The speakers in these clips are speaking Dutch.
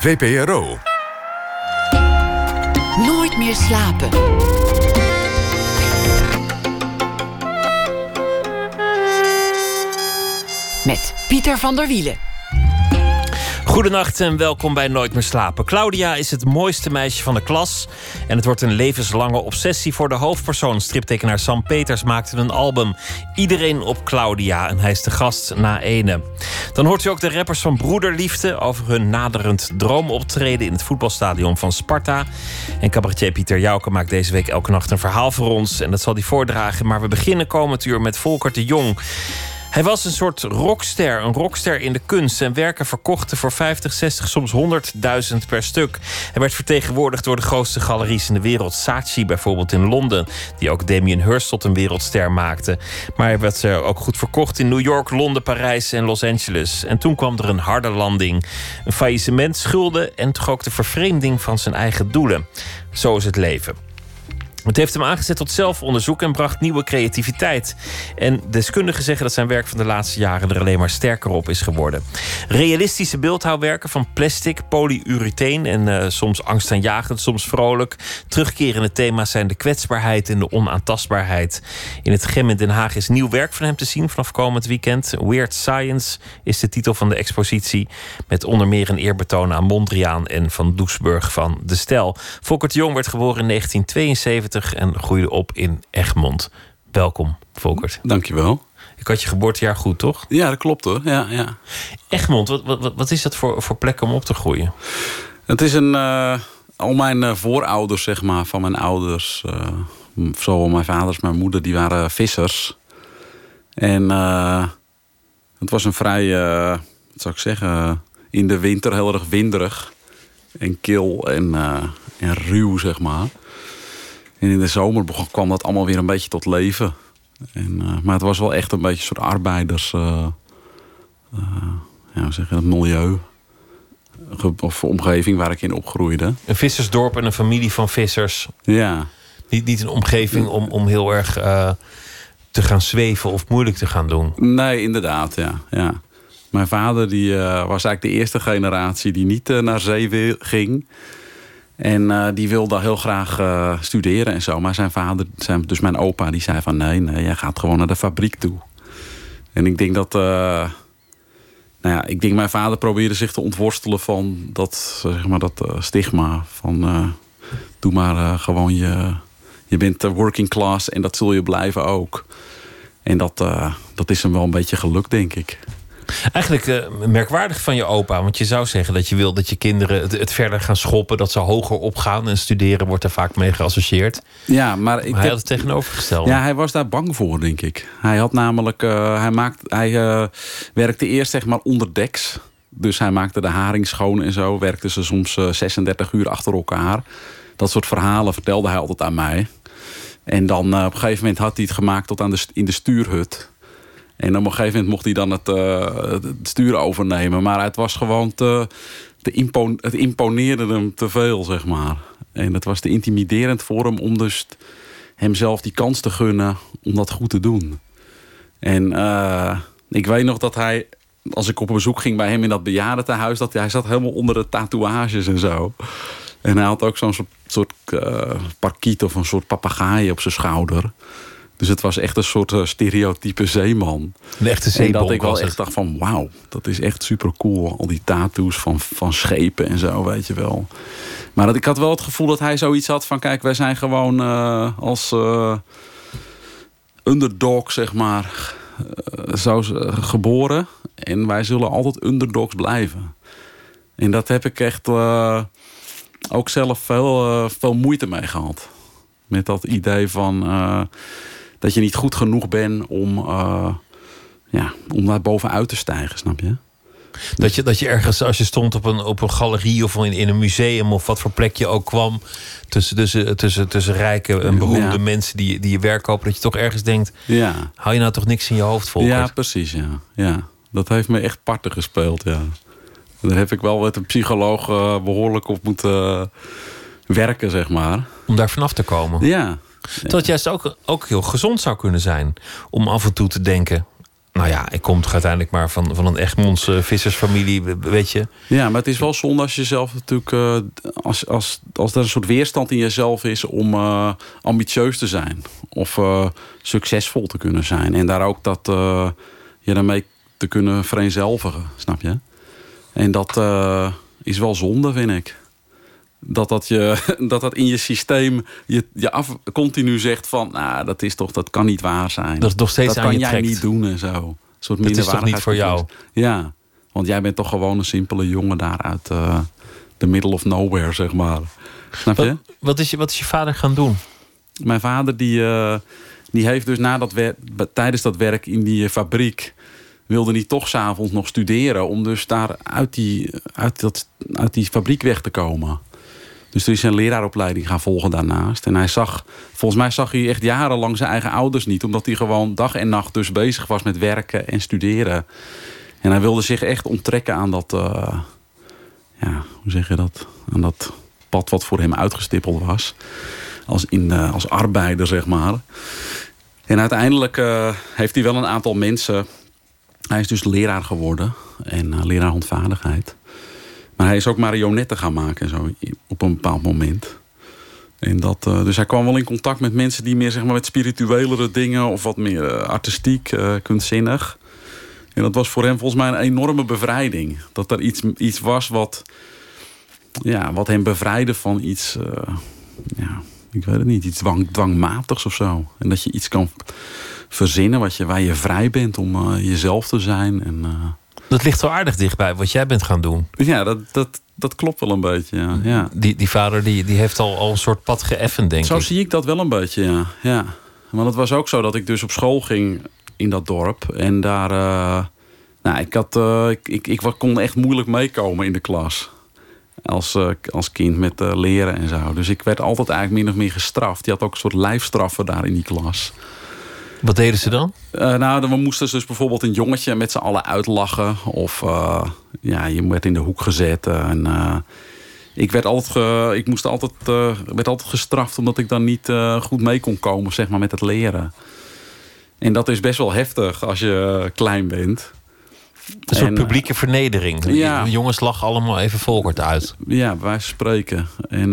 VPRO. Nooit meer slapen. Met Pieter van der Wielen. Goedenacht en welkom bij Nooit meer slapen. Claudia is het mooiste meisje van de klas. En het wordt een levenslange obsessie voor de hoofdpersoon. Striptekenaar Sam Peters maakte een album. Iedereen op Claudia. En hij is de gast na ene. Dan hoort u ook de rappers van Broederliefde over hun naderend droomoptreden in het voetbalstadion van Sparta. En cabaretier Pieter Jouke maakt deze week elke nacht een verhaal voor ons. En dat zal hij voordragen. Maar we beginnen komend uur met Volkert de Jong. Hij was een soort rockster, een rockster in de kunst. Zijn werken verkochten voor 50, 60, soms 100.000 per stuk. Hij werd vertegenwoordigd door de grootste galeries in de wereld. Saatchi bijvoorbeeld in Londen, die ook Damien Hirst tot een wereldster maakte. Maar hij werd ook goed verkocht in New York, Londen, Parijs en Los Angeles. En toen kwam er een harde landing. Een faillissement, schulden en toch ook de vervreemding van zijn eigen doelen. Zo is het leven. Het heeft hem aangezet tot zelfonderzoek en bracht nieuwe creativiteit. En deskundigen zeggen dat zijn werk van de laatste jaren er alleen maar sterker op is geworden. Realistische beeldhouwwerken van plastic, polyurethaan en soms angstaanjagend, soms vrolijk. Terugkerende thema's zijn de kwetsbaarheid en de onaantastbaarheid. In het Gem in Den Haag is nieuw werk van hem te zien vanaf komend weekend. Weird Science is de titel van de expositie. Met onder meer een eerbetoon aan Mondriaan en Van Doesburg van De Stijl. Volkert de Jong werd geboren in 1972... en groeide op in Egmond. Welkom, Volkert. Dankjewel. Ik had je geboortejaar goed, toch? Ja, dat klopt hoor. Ja. Egmond, wat is dat voor plek om op te groeien? Het is al mijn voorouders, zeg maar, van mijn ouders. Zowel mijn vader als mijn moeder, die waren vissers. En het was een vrij, wat zou ik zeggen, in de winter heel erg winderig. En kil en ruw, zeg maar. En in de zomer kwam dat allemaal weer een beetje tot leven. Maar het was wel echt een beetje een soort arbeiders... hoe zeg je dat, milieu. Of omgeving waar ik in opgroeide. Een vissersdorp en een familie van vissers. Ja. Niet een omgeving om heel erg te gaan zweven of moeilijk te gaan doen. Nee, inderdaad, ja. Mijn vader die, was eigenlijk de eerste generatie die niet naar zee ging... En die wilde heel graag studeren en zo. Maar zijn vader, dus mijn opa, die zei van... nee, jij gaat gewoon naar de fabriek toe. En ik denk dat... ik denk mijn vader probeerde zich te ontworstelen van dat, zeg maar, dat stigma. Van doe maar gewoon je bent working class en dat zul je blijven ook. En dat is hem wel een beetje gelukt, denk ik. Eigenlijk merkwaardig van je opa. Want je zou zeggen dat je wil dat je kinderen het verder gaan schoppen. Dat ze hoger opgaan. En studeren wordt er vaak mee geassocieerd. Ja, maar hij had het tegenovergestelde. Ja, hij was daar bang voor, denk ik. Hij had namelijk... hij werkte eerst, zeg maar, onderdeks. Dus hij maakte de haring schoon en zo. Werkte ze soms 36 uur achter elkaar. Dat soort verhalen vertelde hij altijd aan mij. En dan op een gegeven moment had hij het gemaakt tot in de stuurhut. En op een gegeven moment mocht hij dan het stuur overnemen. Maar het was gewoon het imponeerde hem te veel, zeg maar. En het was te intimiderend voor hem om dus hemzelf die kans te gunnen om dat goed te doen. En ik weet nog dat hij, als ik op bezoek ging bij hem in dat bejaardentehuis... dat hij zat helemaal onder de tatoeages en zo. En hij had ook zo'n soort parkiet of een soort papegaai op zijn schouder... Dus het was echt een soort stereotype zeeman. Een echte zeebonk. En dat ik wel echt dacht van wauw, dat is echt super cool. Al die tattoos van schepen en zo, weet je wel. Maar ik had wel het gevoel dat hij zoiets had van... kijk, wij zijn gewoon als underdog, zeg maar, geboren. En wij zullen altijd underdogs blijven. En dat heb ik echt ook zelf veel moeite mee gehad. Met dat idee van... dat je niet goed genoeg bent om daar bovenuit te stijgen, snap je? Dat je ergens, als je stond op een galerie of in een museum... of wat voor plek je ook kwam... tussen rijke en beroemde mensen die je werk kopen... dat je toch ergens denkt... hou je nou toch niks in je hoofd, Volkert? Ja, precies, ja. Dat heeft me echt parten gespeeld, ja. Daar heb ik wel met een psycholoog behoorlijk op moeten werken, zeg maar. Om daar vanaf te komen? Ja. Dat het juist ook heel gezond zou kunnen zijn... om af en toe te denken... nou ja, ik kom toch uiteindelijk maar van een Egmonds vissersfamilie, weet je. Ja, maar het is wel zonde als je zelf natuurlijk... als er een soort weerstand in jezelf is om ambitieus te zijn. Of succesvol te kunnen zijn. En daar ook je daarmee te kunnen vereenzelvigen, snap je? En dat is wel zonde, vind ik. Dat in je systeem je continu zegt van... nou, dat kan niet waar zijn. Dat is nog steeds dat aan je kan jij trekt. niet doen en zo. Dat is toch niet voor jou? Ja, want jij bent toch gewoon een simpele jongen daar uit the middle of nowhere, zeg maar. Snap je? Wat is je vader gaan doen? Mijn vader die heeft dus tijdens dat werk in die fabriek... wilde hij toch 's avonds nog studeren... om dus daar uit die fabriek weg te komen. Dus toen is hij een leraaropleiding gaan volgen daarnaast. En volgens mij zag hij echt jarenlang zijn eigen ouders niet. Omdat hij gewoon dag en nacht dus bezig was met werken en studeren. En hij wilde zich echt onttrekken aan dat... hoe zeg je dat? Aan dat pad wat voor hem uitgestippeld was. Als arbeider, zeg maar. En uiteindelijk heeft hij wel een aantal mensen... Hij is dus leraar geworden. En leraar handvaardigheid. Maar hij is ook marionetten gaan maken en zo, op een bepaald moment. En dus hij kwam wel in contact met mensen die meer, zeg maar, met spirituelere dingen... of wat meer artistiek, kunstzinnig. En dat was voor hem volgens mij een enorme bevrijding. Dat er iets was wat hem bevrijdde van iets... ik weet het niet, iets dwangmatigs of zo. En dat je iets kan verzinnen waar je vrij bent om jezelf te zijn. En, dat ligt zo aardig dichtbij wat jij bent gaan doen. Ja, dat klopt wel een beetje, ja. Die vader die heeft al een soort pad geëffend, denk ik. Zo zie ik dat wel een beetje, ja. Want het was ook zo dat ik dus op school ging in dat dorp. En daar... ik kon echt moeilijk meekomen in de klas. Als kind met leren en zo. Dus ik werd altijd eigenlijk min of meer gestraft. Die had ook een soort lijfstraffen daar in die klas. Wat deden ze dan? We moesten dus bijvoorbeeld een jongetje met z'n allen uitlachen. Of je werd in de hoek gezet. Ik werd altijd gestraft omdat ik dan niet goed mee kon komen, zeg maar, met het leren. En dat is best wel heftig als je klein bent. Een soort publieke vernedering. Ja. Jongens lachen allemaal even volkert uit. Ja, bij wijze van spreken. En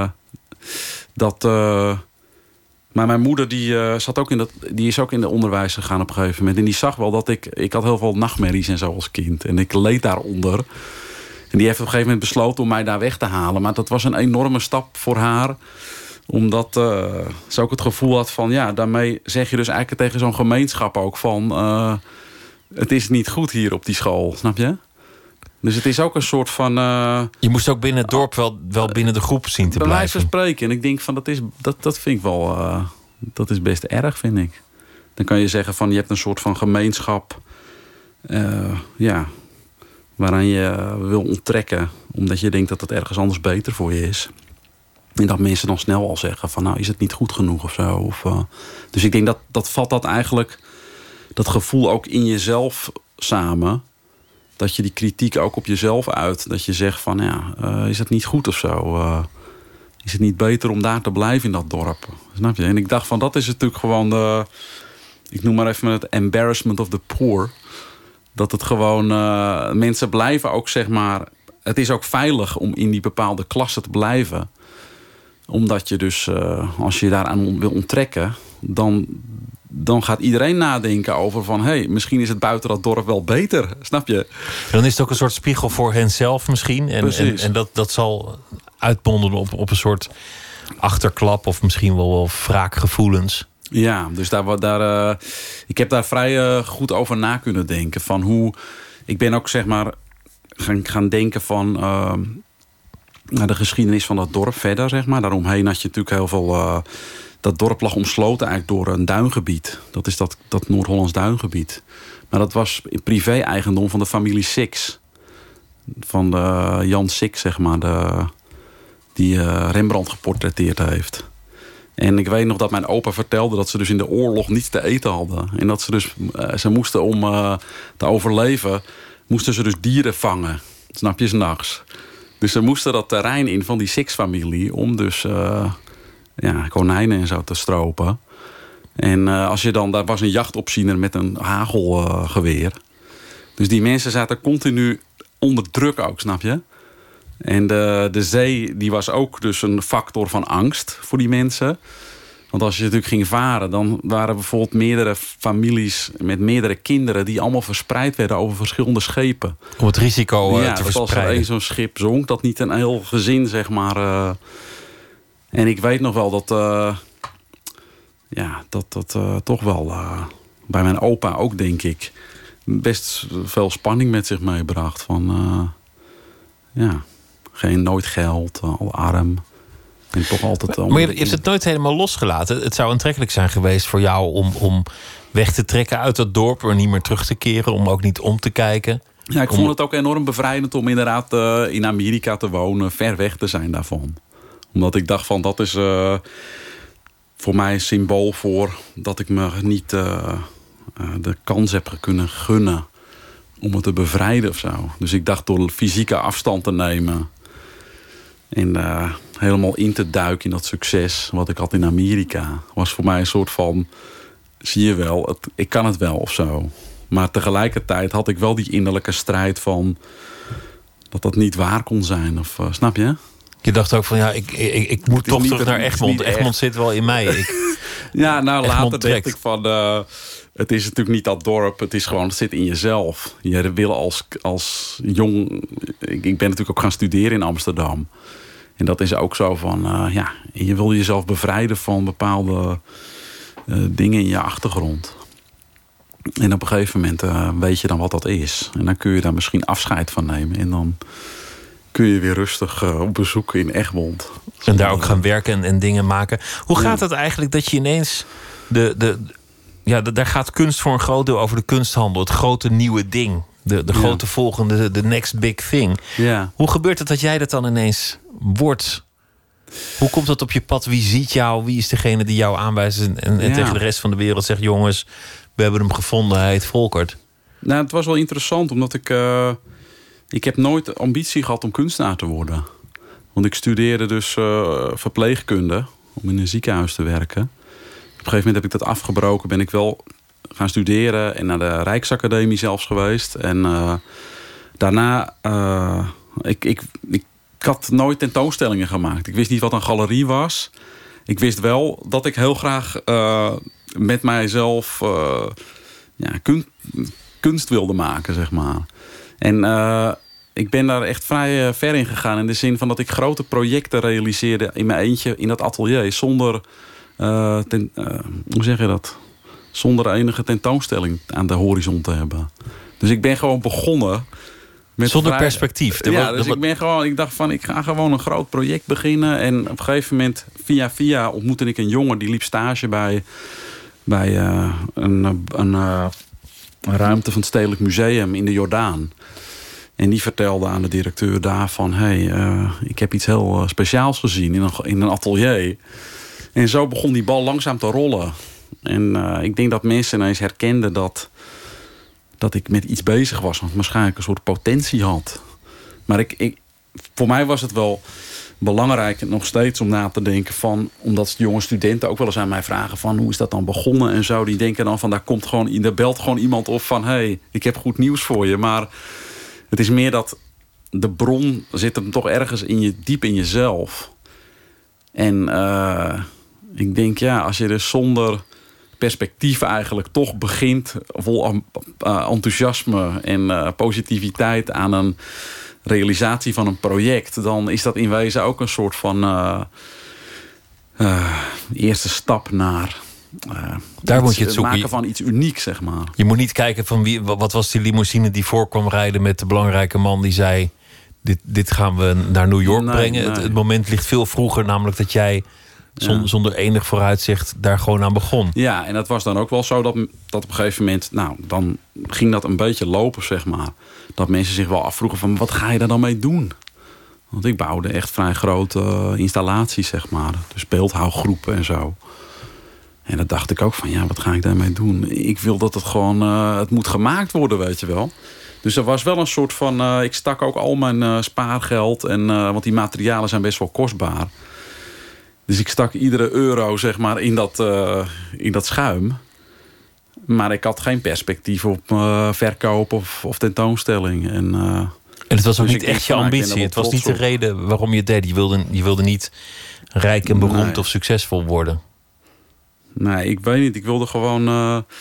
maar mijn moeder die is ook in de onderwijs gegaan op een gegeven moment. En die zag wel dat ik had heel veel nachtmerries en zo als kind. En ik leed daaronder. En die heeft op een gegeven moment besloten om mij daar weg te halen. Maar dat was een enorme stap voor haar. Omdat ze ook het gevoel had van... ja, daarmee zeg je dus eigenlijk tegen zo'n gemeenschap ook van... het is niet goed hier op die school, snap je? Dus het is ook een soort van... je moest ook binnen het dorp wel binnen de groep zien te blijven. Bij wijze van spreken. En ik denk van, dat vind ik wel... dat is best erg, vind ik. Dan kan je zeggen van, je hebt een soort van gemeenschap... waaraan je wil onttrekken. Omdat je denkt dat het ergens anders beter voor je is. En dat mensen dan snel al zeggen van, nou, is het niet goed genoeg of zo. Dus ik denk dat vat dat eigenlijk... dat gevoel ook in jezelf samen... dat je die kritiek ook op jezelf uit. Dat je zegt van, is het niet goed of zo? Is het niet beter om daar te blijven in dat dorp? Snap je? En ik dacht van, dat is natuurlijk gewoon ik noem maar even het embarrassment of the poor. Dat het gewoon... mensen blijven ook, zeg maar... Het is ook veilig om in die bepaalde klasse te blijven. Omdat je dus, als je daaraan wil onttrekken... dan gaat iedereen nadenken over van... misschien is het buiten dat dorp wel beter, snap je? Dan is het ook een soort spiegel voor henzelf misschien. En dat zal uitmonden op een soort achterklap... of misschien wel wraakgevoelens. Ja, dus ik heb daar vrij goed over na kunnen denken. Van hoe... Ik ben ook, zeg maar, gaan denken van... de geschiedenis van dat dorp verder, zeg maar. Daaromheen had je natuurlijk heel veel... dat dorp lag omsloten eigenlijk door een duingebied. Dat is dat Noord-Hollands duingebied. Maar dat was privé-eigendom van de familie Six. Van Jan Six, zeg maar. Die Rembrandt geportretteerd heeft. En ik weet nog dat mijn opa vertelde... dat ze dus in de oorlog niets te eten hadden. En dat ze dus... ze moesten om te overleven... moesten ze dus dieren vangen. Snap je, 's nachts. Dus ze moesten dat terrein in van die Six-familie... om dus... konijnen en zo te stropen. En als je dan, daar was een jachtopziener met een hagelgeweer. Dus die mensen zaten continu onder druk ook, snap je? En de zee die was ook dus een factor van angst voor die mensen. Want als je natuurlijk ging varen, dan waren bijvoorbeeld meerdere families met meerdere kinderen die allemaal verspreid werden over verschillende schepen. Om het risico te verspreiden. Als er zo'n schip zonk, dat niet een heel gezin, zeg maar. En ik weet nog wel dat toch wel bij mijn opa ook, denk ik, best veel spanning met zich meebracht. Van nooit geld, al arm. En toch altijd. Maar je hebt het nooit helemaal losgelaten. Het zou aantrekkelijk zijn geweest voor jou om weg te trekken uit dat dorp, er niet meer terug te keren, om ook niet om te kijken. Ja, ik vond het ook enorm bevrijdend om inderdaad in Amerika te wonen, ver weg te zijn daarvan. Omdat ik dacht van, dat is voor mij een symbool voor dat ik me niet de kans heb kunnen gunnen om het te bevrijden of zo. Dus ik dacht door fysieke afstand te nemen en helemaal in te duiken in dat succes wat ik had in Amerika, was voor mij een soort van, zie je wel, ik kan het wel of zo. Maar tegelijkertijd had ik wel die innerlijke strijd van dat niet waar kon zijn. Of snap je? Je dacht ook van, ja, ik moet toch terug naar Egmond. Egmond zit wel in mij. Ja, nou Egmond later dacht ik van, het is natuurlijk niet dat dorp. Het is gewoon, het zit in jezelf. Je wil als jong, ik ben natuurlijk ook gaan studeren in Amsterdam. En dat is ook zo van, je wil jezelf bevrijden van bepaalde dingen in je achtergrond. En op een gegeven moment weet je dan wat dat is. En dan kun je daar misschien afscheid van nemen. En dan kun je weer rustig op bezoek in Egmond. En daar ook gaan werken en dingen maken. Hoe gaat het eigenlijk dat je ineens daar gaat kunst voor een groot deel over de kunsthandel. Het grote nieuwe ding. De grote volgende, de next big thing. Ja. Hoe gebeurt het dat jij dat dan ineens wordt? Hoe komt dat op je pad? Wie ziet jou? Wie is degene die jou aanwijst en tegen de rest van de wereld zegt, jongens, we hebben hem gevonden, hij heet Volkert? Nou, het was wel interessant, omdat ik heb nooit ambitie gehad om kunstenaar te worden. Want ik studeerde dus verpleegkunde, om in een ziekenhuis te werken. Op een gegeven moment heb ik dat afgebroken, ben ik wel gaan studeren en naar de Rijksacademie zelfs geweest. En daarna, ik had nooit tentoonstellingen gemaakt. Ik wist niet wat een galerie was. Ik wist wel dat ik heel graag met mijzelf kunst wilde maken, zeg maar. En ik ben daar echt vrij ver in gegaan. In de zin van dat ik grote projecten realiseerde in mijn eentje in dat atelier. Zonder, hoe zeg je dat? Zonder enige tentoonstelling aan de horizon te hebben. Dus ik ben gewoon begonnen zonder perspectief. Ik dacht van, ik ga gewoon een groot project beginnen. En op een gegeven moment, via ontmoette ik een jongen die liep stage bij een ruimte van het Stedelijk Museum in de Jordaan. En die vertelde aan de directeur daar van, ik heb iets heel speciaals gezien in een atelier. En zo begon die bal langzaam te rollen. En ik denk dat mensen ineens herkenden dat ik met iets bezig was. Want waarschijnlijk een soort potentie had. Maar voor mij was het wel belangrijk nog steeds om na te denken van, omdat jonge studenten ook wel eens aan mij vragen van, hoe is dat dan begonnen en zo. Die denken dan van, daar belt gewoon iemand op van, ik heb goed nieuws voor je. Maar het is meer dat de bron zit hem toch ergens diep in jezelf. En ik denk, als je dus zonder perspectief eigenlijk toch begint, vol enthousiasme en positiviteit aan een realisatie van een project, dan is dat in wezen ook een soort van eerste stap naar daar moet je het zoeken. Maken van iets unieks, zeg maar. Je moet niet kijken van wat was die limousine die voorkwam rijden met de belangrijke man die zei, dit gaan we naar New York brengen. Nee. Het moment ligt veel vroeger, namelijk dat jij zonder enig vooruitzicht daar gewoon aan begon. Ja, en dat was dan ook wel zo dat op een gegeven moment, dan ging dat een beetje lopen, zeg maar. Dat mensen zich wel afvroegen van, wat ga je daar dan mee doen? Want ik bouwde echt vrij grote installaties, zeg maar. Dus beeldhouwgroepen en zo. En dat dacht ik ook van, wat ga ik daarmee doen? Ik wil dat het gewoon, het moet gemaakt worden, weet je wel. Dus er was wel een soort van, ik stak ook al mijn spaargeld. Want die materialen zijn best wel kostbaar. Dus ik stak iedere euro zeg maar in dat schuim. Maar ik had geen perspectief op verkoop of tentoonstelling. En het was ook dus niet echt je ambitie. Het was niet de reden waarom je het deed. Je wilde niet rijk en beroemd of succesvol worden. Nee, ik weet niet. Ik wilde gewoon...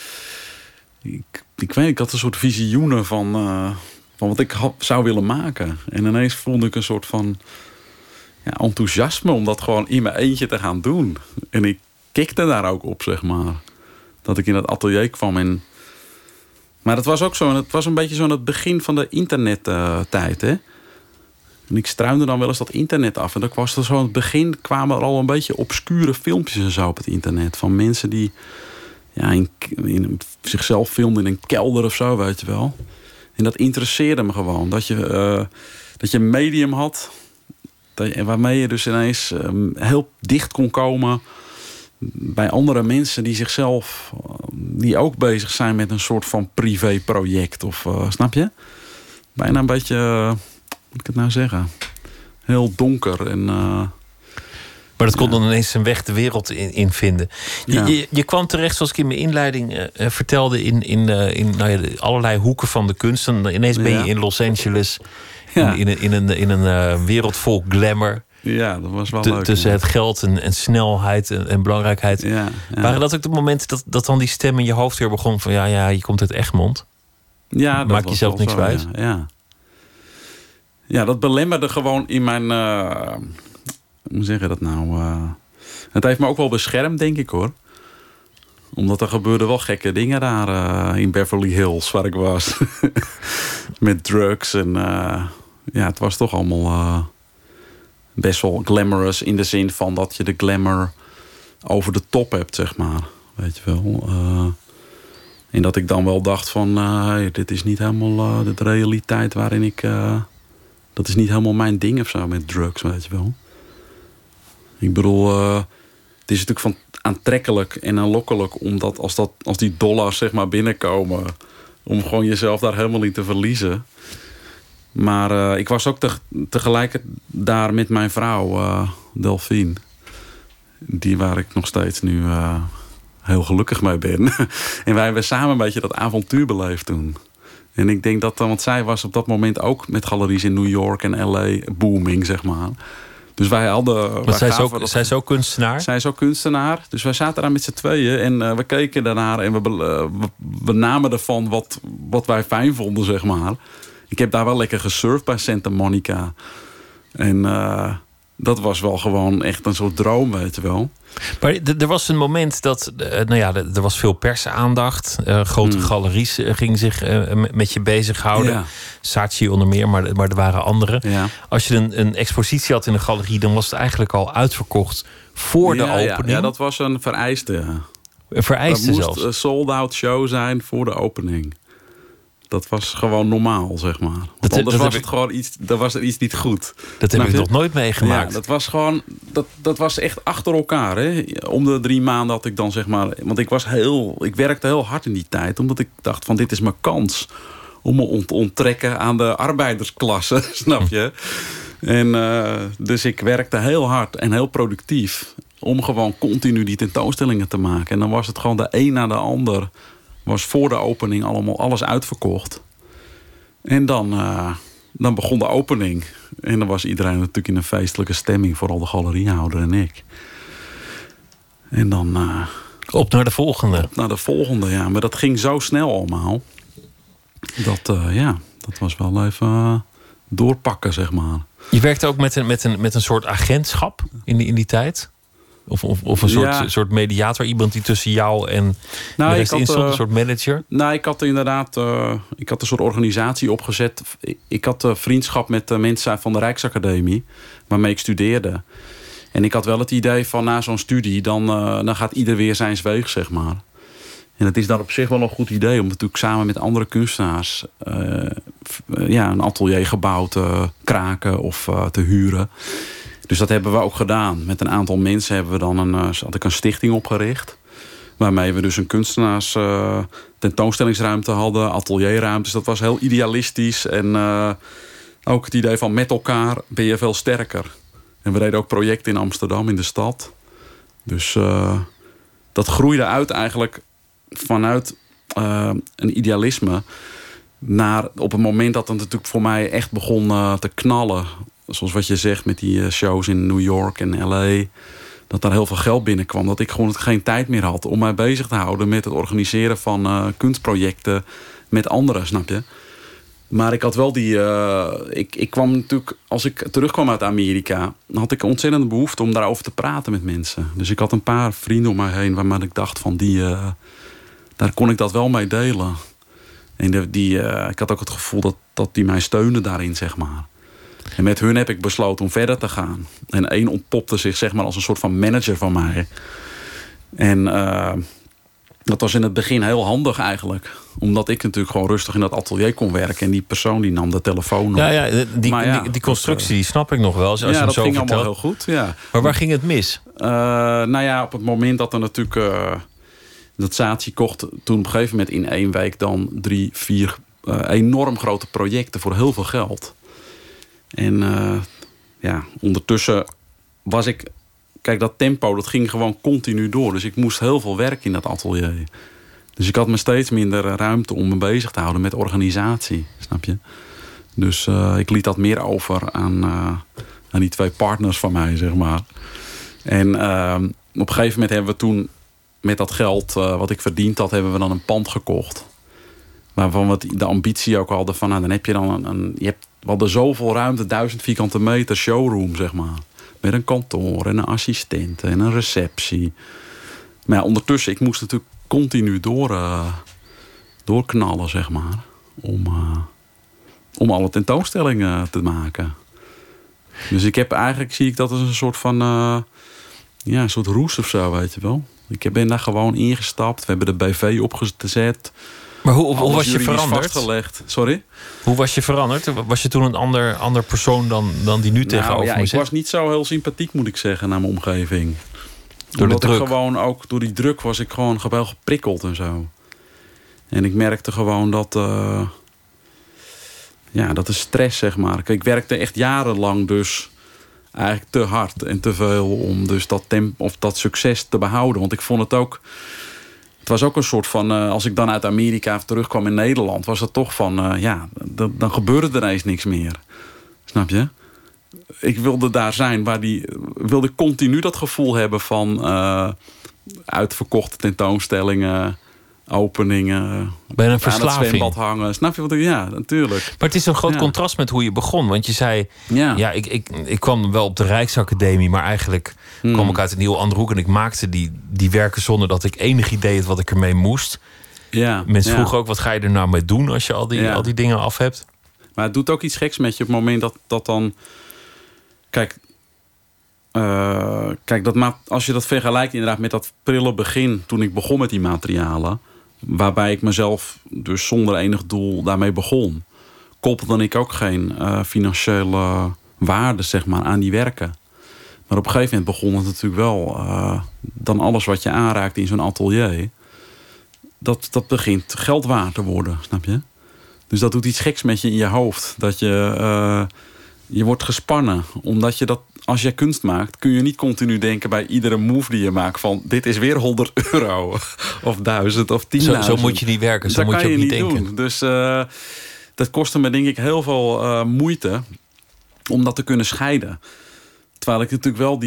Ik had een soort visioenen van wat ik zou willen maken. En ineens voelde ik een soort van enthousiasme om dat gewoon in mijn eentje te gaan doen. En ik kikte daar ook op, zeg maar. Dat ik in dat atelier kwam. Maar het was ook zo. Het was een beetje zo aan het begin van de internettijd, hè. En ik struinde dan wel eens dat internet af. En dat was er zo aan het begin kwamen er al een beetje obscure filmpjes en zo op het internet. Van mensen die in zichzelf filmden in een kelder of zo, weet je wel. En dat interesseerde me gewoon. Dat je een medium had waarmee je dus ineens heel dicht kon komen bij andere mensen die ook bezig zijn met een soort van privéproject. Of snap je? Bijna een beetje, hoe moet ik het nou zeggen? Heel donker en... Maar dat kon dan ineens zijn weg de wereld in vinden. Je kwam terecht, zoals ik in mijn inleiding vertelde, in allerlei hoeken van de kunst. En ineens ben je in Los Angeles, in een wereld vol glamour. Ja, dat was wel leuk. Tussen het geld en snelheid en belangrijkheid. Ja. Waren dat ook de momenten dat dan die stem in je hoofd weer begon van je komt uit Egmond? Ja, dat maak jezelf niks wijs? Ja, dat belemmerde gewoon in mijn... hoe zeg je dat nou? Het heeft me ook wel beschermd, denk ik, hoor. Omdat er gebeurden wel gekke dingen daar in Beverly Hills, waar ik was. Met drugs en... het was toch allemaal best wel glamorous... in de zin van dat je de glamour over de top hebt, zeg maar. Weet je wel. En dat ik dan wel dacht van... dit is niet helemaal de realiteit waarin ik... dat is niet helemaal mijn ding of zo met drugs, weet je wel. Ik bedoel, het is natuurlijk van aantrekkelijk en aanlokkelijk... omdat als die dollars zeg maar binnenkomen... om gewoon jezelf daar helemaal in te verliezen. Maar ik was ook tegelijk daar met mijn vrouw, Delphine. Die waar ik nog steeds nu heel gelukkig mee ben. En wij hebben samen een beetje dat avontuur beleefd toen. En ik denk dat, want zij was op dat moment ook met galeries in New York en LA booming, zeg maar... Dus wij hadden... Zij is ook kunstenaar? Zij is ook kunstenaar. Dus wij zaten daar met z'n tweeën en we keken daarnaar... en we namen ervan wat wij fijn vonden, zeg maar. Ik heb daar wel lekker gesurfd bij Santa Monica. En dat was wel gewoon echt een soort droom, weet je wel. Maar er was een moment dat... er was veel persaandacht. Grote galeries gingen zich met je bezighouden. Ja. Saatchi onder meer, maar er waren andere. Ja. Als je een expositie had in een galerie... dan was het eigenlijk al uitverkocht voor de opening. Ja, dat was een vereiste. Een vereiste zelfs. Het moest een sold-out show zijn voor de opening. Dat was gewoon normaal, zeg maar. Want anders was het gewoon iets... Dan was er iets niet goed. Dat heb ik nog nooit meegemaakt. Ja, dat was gewoon... Dat was echt achter elkaar, hè. Om de 3 maanden had ik dan, zeg maar... Want ik werkte heel hard in die tijd. Omdat ik dacht van, dit is mijn kans... om me te onttrekken aan de arbeidersklasse, snap je? En dus ik werkte heel hard en heel productief... om gewoon continu die tentoonstellingen te maken. En dan was het gewoon de een na de ander... was voor de opening allemaal alles uitverkocht. En dan begon de opening. En dan was iedereen natuurlijk in een feestelijke stemming. Vooral de galeriehouder en ik. En dan... op naar de volgende. Op naar de volgende, ja. Maar dat ging zo snel allemaal. Dat was wel even doorpakken, zeg maar. Je werkte ook met een soort agentschap in die tijd? Of een soort mediator, iemand die tussen jou en de rest in stond, een soort manager? Nou, ik had inderdaad een soort organisatie opgezet. Ik had vriendschap met mensen van de Rijksacademie, waarmee ik studeerde. En ik had wel het idee van na zo'n studie, dan gaat ieder weer zijn weeg, zeg maar. En het is dan op zich wel een goed idee om natuurlijk samen met andere kunstenaars een ateliergebouw te kraken of te huren. Dus dat hebben we ook gedaan. Met een aantal mensen hebben we dan had ik een stichting opgericht. Waarmee we dus een kunstenaars tentoonstellingsruimte hadden, atelierruimtes. Dat was heel idealistisch. En ook het idee van met elkaar ben je veel sterker. En we deden ook projecten in Amsterdam, in de stad. Dus dat groeide uit eigenlijk vanuit een idealisme naar op het moment dat het natuurlijk voor mij echt begon te knallen. Zoals wat je zegt met die shows in New York en LA. Dat daar heel veel geld binnenkwam. Dat ik gewoon geen tijd meer had om mij bezig te houden met het organiseren van kunstprojecten met anderen, snap je? Maar ik had wel ik kwam natuurlijk, als ik terugkwam uit Amerika, dan had ik een ontzettende behoefte om daarover te praten met mensen. Dus ik had een paar vrienden om mij heen waarmee ik dacht van daar kon ik dat wel mee delen. En ik had ook het gevoel dat die mij steunden daarin, zeg maar. En met hun heb ik besloten om verder te gaan. En één ontpopte zich, zeg maar, als een soort van manager van mij. En dat was in het begin heel handig eigenlijk. Omdat ik natuurlijk gewoon rustig in dat atelier kon werken. En die persoon die nam de telefoon op. Ja, die constructie die snap ik nog wel. Als je dat zo ging vertelt. allemaal heel goed, ja. Maar waar ging het mis? Op het moment dat er natuurlijk... dat Saatchi kocht toen op een gegeven moment in 1 week dan 3, 4 enorm grote projecten voor heel veel geld. En ondertussen was ik... Kijk, dat tempo, dat ging gewoon continu door. Dus ik moest heel veel werken in dat atelier. Dus ik had me steeds minder ruimte om me bezig te houden met organisatie. Snap je? Dus ik liet dat meer over aan die 2 partners van mij, zeg maar. En op een gegeven moment hebben we toen... met dat geld wat ik verdiend had, hebben we dan een pand gekocht. Waarvan we de ambitie ook hadden van... dan heb je dan we hadden zoveel ruimte, 1000 vierkante meter showroom, zeg maar. Met een kantoor en een assistent en een receptie. Maar ja, ondertussen, ik moest natuurlijk continu doorknallen, zeg maar. Om alle tentoonstellingen te maken. Dus ik heb eigenlijk, zie ik dat als een soort van... een soort roes of zo, weet je wel. Ik ben daar gewoon ingestapt. We hebben de BV opgezet. Maar hoe was je veranderd? Vastgelegd. Sorry? Hoe was je veranderd? Was je toen een ander persoon dan die nu tegenover me zit? Ik was niet zo heel sympathiek, moet ik zeggen, naar mijn omgeving. Door de druk? Door die druk was ik gewoon wel geprikkeld en zo. En ik merkte gewoon dat... dat is stress, zeg maar. Ik werkte echt jarenlang dus... eigenlijk te hard en te veel om dus dat succes te behouden. Want ik vond het ook... Het was ook een soort van... als ik dan uit Amerika terugkwam in Nederland... was het toch van... dan gebeurde er ineens niks meer. Snap je? Ik wilde daar zijn waar wilde continu dat gevoel hebben van... uitverkochte tentoonstellingen... openingen, bij een verslaving. Aan het zwembad hangen. Snap je wat ik... Ja, natuurlijk. Maar het is een groot contrast met hoe je begon. Want je zei, ik kwam wel op de Rijksacademie... maar eigenlijk kwam ik uit een heel andere hoek... en ik maakte die werken zonder dat ik enig idee had wat ik ermee moest. Ja, mensen vroegen ook, wat ga je er nou mee doen... als je al die dingen af hebt? Maar het doet ook iets geks met je op het moment dat dan... Kijk, als je dat vergelijkt inderdaad met dat prille begin... toen ik begon met die materialen... waarbij ik mezelf dus zonder enig doel daarmee begon... koppelde ik ook geen financiële waarde, zeg maar, aan die werken. Maar op een gegeven moment begon het natuurlijk wel... dan alles wat je aanraakt in zo'n atelier... dat begint geld waard te worden, snap je? Dus dat doet iets geks met je in je hoofd. Dat je wordt gespannen. Omdat je dat, als je kunst maakt... kun je niet continu denken bij iedere move die je maakt... van dit is weer €100 of 1000 of 10.000. Zo moet je niet werken, zo moet je ook niet denken. Doen. Dus dat kostte me denk ik heel veel moeite... om dat te kunnen scheiden. Terwijl ik natuurlijk wel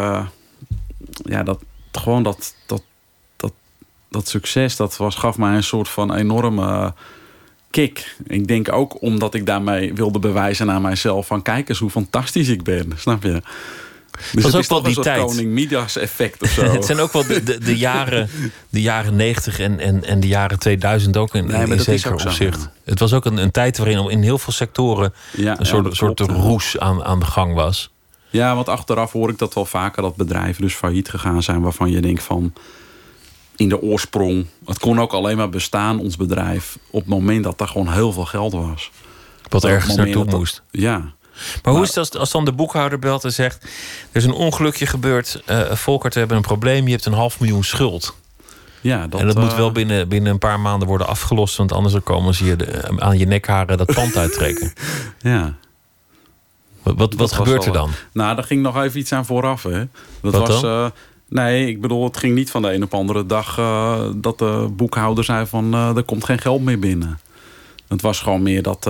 dat succes... dat gaf mij een soort van enorme... kick. Ik denk ook omdat ik daarmee wilde bewijzen aan mijzelf... van kijk eens hoe fantastisch ik ben. Snap je? Dus het is toch een soort koning Midas effect of zo. Het zijn ook wel de jaren 90 en de jaren 2000 ook in zeker opzicht. Ja. Het was ook een tijd waarin in heel veel sectoren... een soort roes aan de gang was. Ja, want achteraf hoor ik dat wel vaker... dat bedrijven dus failliet gegaan zijn... waarvan je denkt van... in de oorsprong... het kon ook alleen maar bestaan, ons bedrijf... op het moment dat er gewoon heel veel geld was. Wat ergens naartoe moest. Ja. Maar hoe is het als dan de boekhouder belt en zegt... er is een ongelukje gebeurd, Volkert, we hebben een probleem... je hebt €500.000 schuld. Ja, en dat moet wel binnen een paar maanden worden afgelost... want anders dan komen ze je aan je nekharen dat pand uittrekken. Ja. Wat gebeurt er dan? Nou, daar ging nog even iets aan vooraf. Hè. Dat wat was, dan? Nee, ik bedoel, het ging niet van de een op andere dag dat de boekhouder zei van er komt geen geld meer binnen. Het was gewoon meer dat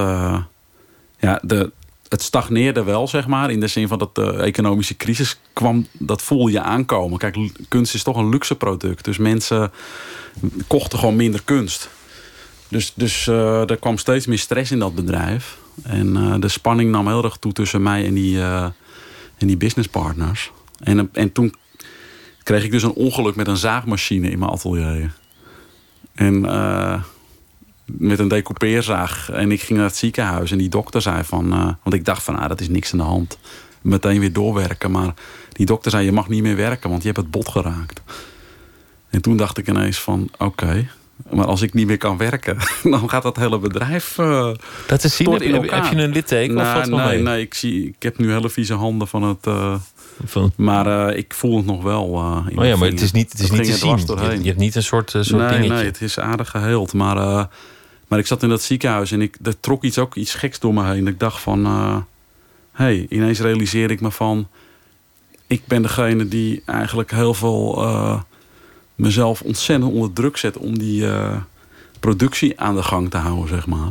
het stagneerde wel, zeg maar. In de zin van dat de economische crisis kwam, dat voel je aankomen. Kijk, kunst is toch een luxe product. Dus mensen kochten gewoon minder kunst. Dus er kwam steeds meer stress in dat bedrijf. En de spanning nam heel erg toe tussen mij en die businesspartners. En toen kreeg ik dus een ongeluk met een zaagmachine in mijn atelier. En met een decoupeerzaag. En ik ging naar het ziekenhuis. En die dokter zei van... want ik dacht van, dat is niks aan de hand. Meteen weer doorwerken. Maar die dokter zei, je mag niet meer werken. Want je hebt het bot geraakt. En toen dacht ik ineens van, oké. Maar als ik niet meer kan werken... dan gaat dat hele bedrijf dat is zien. in elkaar. Heb je een litteken? Nee, ik heb nu hele vieze handen van het... Maar ik voel het nog wel. Maar het is niet te zien. Je hebt niet een soort dingetje. Nee, het is aardig geheeld. Maar ik zat in dat ziekenhuis en er trok iets geks door me heen. Ik dacht van... ineens realiseerde ik me van... ik ben degene die eigenlijk heel veel... mezelf ontzettend onder druk zet... om die productie aan de gang te houden, zeg maar.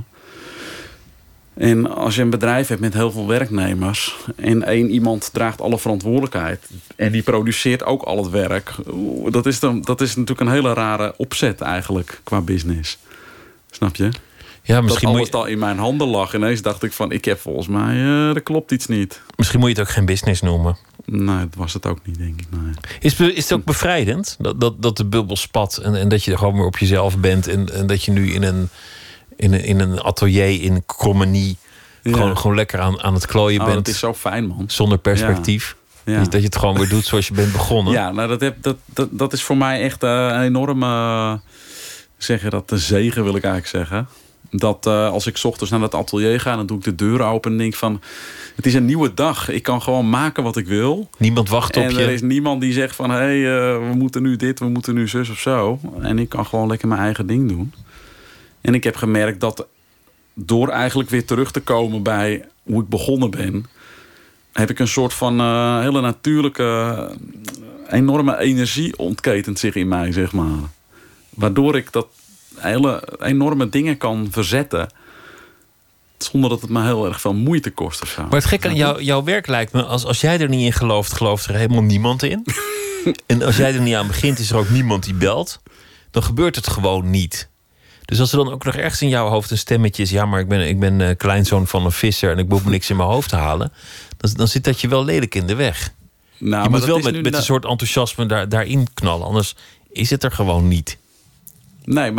En als je een bedrijf hebt met heel veel werknemers... en één iemand draagt alle verantwoordelijkheid... en die produceert ook al het werk... dat is natuurlijk een hele rare opzet eigenlijk qua business. Snap je? Ja, misschien dat alles al in mijn handen lag. Ineens dacht ik van, ik heb volgens mij... er klopt iets niet. Misschien moet je het ook geen business noemen. Nee, dat was het ook niet, denk ik. Nee. Is het ook bevrijdend? Dat de bubbel spat en dat je er gewoon weer op jezelf bent... en dat je nu in een atelier in Krommenie... gewoon lekker aan het klooien bent. Dat is zo fijn, man. Zonder perspectief. Ja. Dat je het gewoon weer doet zoals je bent begonnen. Ja, nou, dat is voor mij echt een enorme... de zegen wil ik eigenlijk zeggen. Dat als ik 's ochtends naar dat atelier ga... dan doe ik de deur open en denk van... het is een nieuwe dag. Ik kan gewoon maken wat ik wil. Niemand wacht op je. En er is niemand die zegt van... we moeten nu dit, we moeten nu zus of zo. En ik kan gewoon lekker mijn eigen ding doen. En ik heb gemerkt dat... door eigenlijk weer terug te komen bij hoe ik begonnen ben... heb ik een soort van hele natuurlijke... enorme energie ontketend zich in mij, zeg maar. Waardoor ik dat hele enorme dingen kan verzetten... zonder dat het me heel erg veel moeite kost of zo. Maar het gekke aan jouw werk lijkt me... als jij er niet in gelooft er helemaal niemand in. En als jij er niet aan begint, is er ook niemand die belt. Dan gebeurt het gewoon niet. Dus als er dan ook nog ergens in jouw hoofd een stemmetje is... ja, maar ik ben kleinzoon van een visser... en ik moet me niks in mijn hoofd halen... dan zit dat je wel lelijk in de weg. Nou, je moet wel met een soort enthousiasme daarin knallen. Anders is het er gewoon niet. Nee,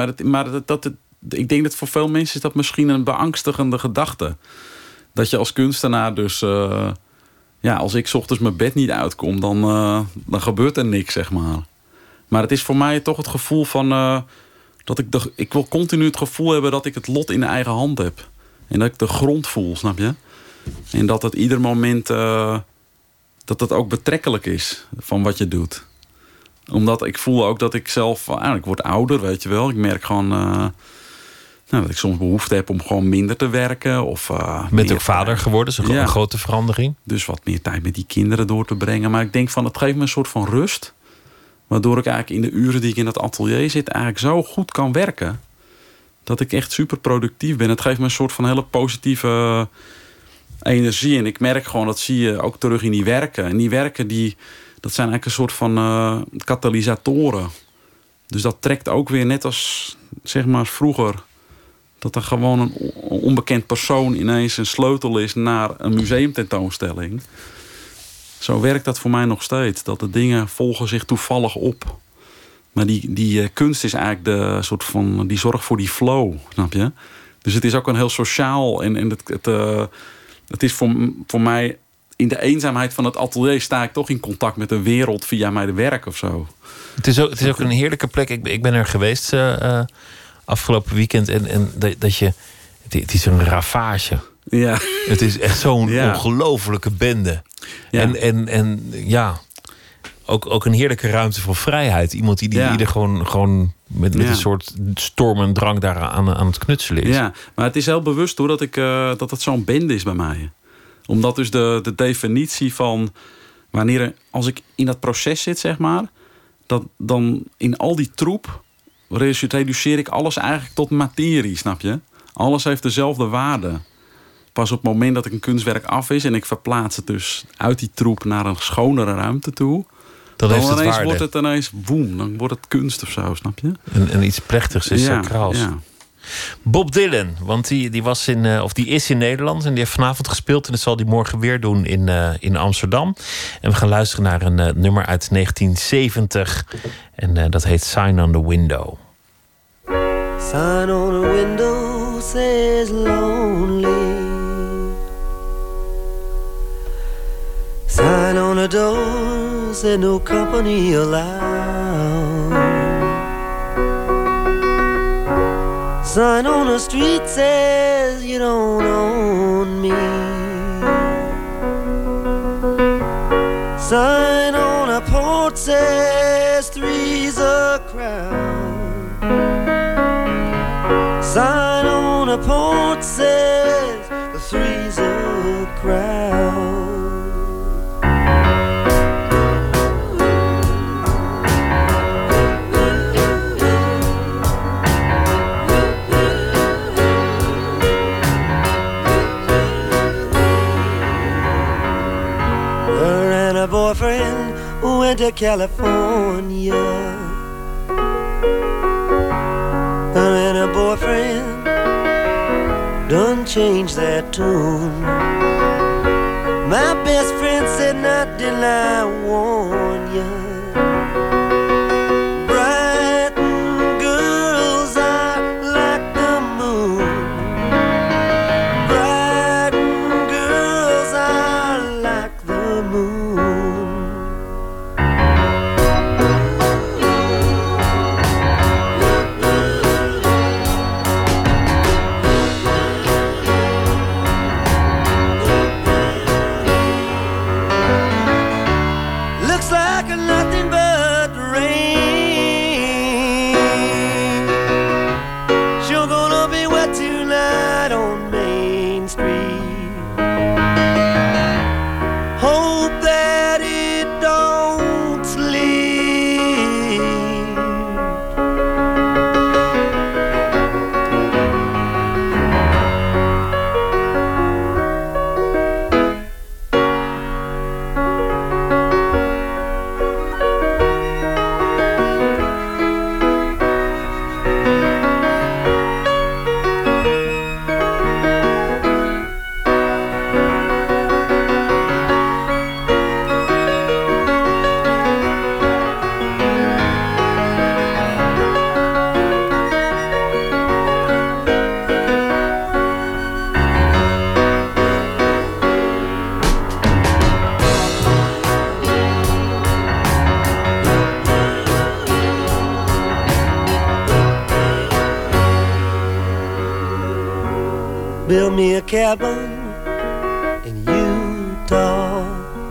ik denk dat voor veel mensen is dat misschien een beangstigende gedachte. Dat je als kunstenaar dus... als ik 's ochtends mijn bed niet uitkom... dan gebeurt er niks, zeg maar. Maar het is voor mij toch het gevoel van... dat ik wil continu het gevoel hebben dat ik het lot in de eigen hand heb. En dat ik de grond voel, snap je? En dat het ieder moment... dat het ook betrekkelijk is van wat je doet. Omdat ik voel ook dat ik zelf... ik word ouder, weet je wel. Ik merk gewoon... dat ik soms behoefte heb om gewoon minder te werken. Of, je bent ook vader geworden, dat is een grote verandering. Dus wat meer tijd met die kinderen door te brengen. Maar ik denk van, het geeft me een soort van rust... waardoor ik eigenlijk in de uren die ik in het atelier zit... eigenlijk zo goed kan werken... dat ik echt super productief ben. Het geeft me een soort van hele positieve energie. En ik merk gewoon, dat zie je ook terug in die werken. En die werken, dat zijn eigenlijk een soort van katalysatoren. Dus dat trekt ook weer net als, zeg maar, vroeger... dat er gewoon een onbekend persoon ineens een sleutel is... naar een museumtentoonstelling... Zo werkt dat voor mij nog steeds. Dat de dingen volgen zich toevallig op. Maar die kunst is eigenlijk de soort van... die zorgt voor die flow, snap je? Dus het is ook een heel sociaal... en het is voor mij... in de eenzaamheid van het atelier... sta ik toch in contact met de wereld via mijn werk of zo. Het is ook een heerlijke plek. Ik ben er geweest afgelopen weekend. En dat je... Het is een ravage. Ja. Het is echt zo'n ongelofelijke bende. Ja. En ja, ook een heerlijke ruimte voor vrijheid. Iemand die er gewoon met een soort storm en drang daar aan het knutselen is. Ja, maar het is heel bewust hoor dat het zo'n bende is bij mij. Omdat dus de definitie van als ik in dat proces zit, zeg maar, dan in al die troep reduceer ik alles eigenlijk tot materie, snap je? Alles heeft dezelfde waarde. Pas op het moment dat ik een kunstwerk af is en ik verplaats het dus uit die troep naar een schonere ruimte toe, dan wordt het ineens boem, dan wordt het kunst of zo, snap je? En iets plechtigs is sacraals. Ja. Bob Dylan, want die is in Nederland en die heeft vanavond gespeeld en dat zal hij morgen weer doen in Amsterdam. En we gaan luisteren naar een nummer uit 1970 en dat heet Sign on the Window. Sign on the window says lonely. Sign on the door said no company allowed. Sign on the street says you don't own me. Sign on a porch says three's a crowd. Sign on a porch says the three's a crowd. A boyfriend who went to California, and a boyfriend done changed that tune. My best friend said, not till I warn ya. Bright girls are like the moon. Bright girls are like the moon. Build me a cabin in Utah.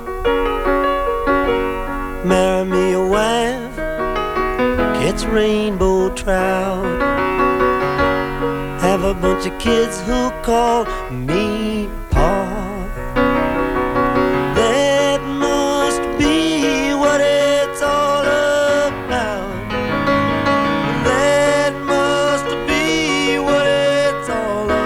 Marry me a wife, catch rainbow trout. Have a bunch of kids who call me Pa. That must be what it's all about. That must be what it's all about.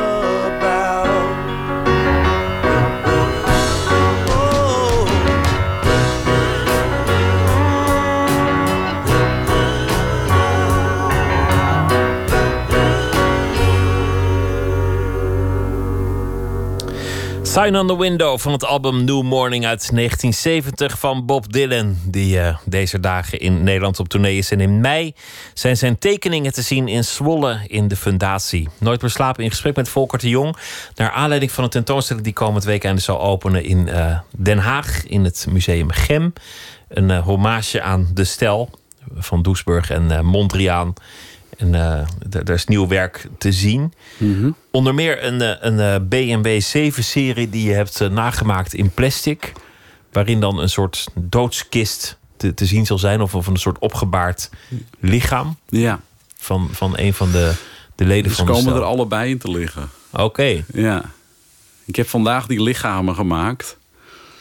Sign on the Window van het album New Morning uit 1970 van Bob Dylan, die deze dagen in Nederland op tournee is. En in mei zijn zijn tekeningen te zien in Zwolle in de Fundatie. Nooit meer slapen in gesprek met Volker de Jong, naar aanleiding van een tentoonstelling die komend weekend zal openen in Den Haag in het Museum Gem. Een hommage aan de stijl van Doesburg en Mondriaan. En er is nieuw werk te zien. Mm-hmm. Onder meer een BMW 7-serie die je hebt nagemaakt in plastic. Waarin dan een soort doodskist te zien zal zijn. Of een soort opgebaard lichaam. Ja. Van een van de leden dus van de stel. Ze komen er allebei in te liggen. Oké. Ja. Ik heb vandaag die lichamen gemaakt.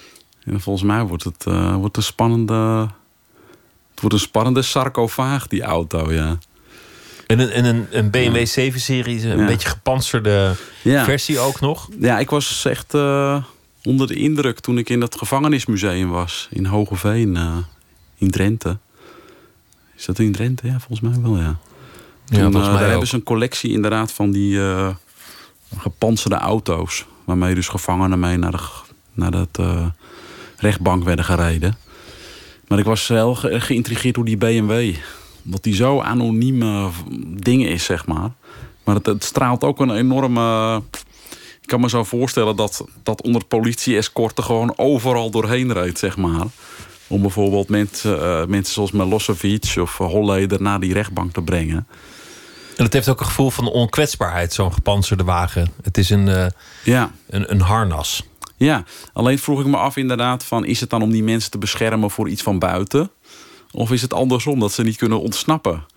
En volgens mij wordt het een spannende sarcofaag, die auto, ja. En een BMW 7-serie, een beetje gepantserde versie ook nog? Ja, ik was echt onder de indruk toen ik in dat gevangenismuseum was. In Hogeveen, in Drenthe. Is dat in Drenthe? Ja, volgens mij wel, ja. Toen, daar hebben ze een collectie inderdaad van die gepantserde auto's. Waarmee dus gevangenen mee naar de rechtbank werden gereden. Maar ik was heel geïntrigeerd door die BMW. Omdat die zo anonieme ding is, zeg maar. Maar het straalt ook een enorme... Ik kan me zo voorstellen dat onder het politie-escorte gewoon overal doorheen reed, zeg maar. Om bijvoorbeeld mensen zoals Milosevic of Holleder naar die rechtbank te brengen. En het heeft ook een gevoel van onkwetsbaarheid, zo'n gepantserde wagen. Het is een harnas. Ja, alleen vroeg ik me af inderdaad van... is het dan om die mensen te beschermen voor iets van buiten? Of is het andersom, dat ze niet kunnen ontsnappen?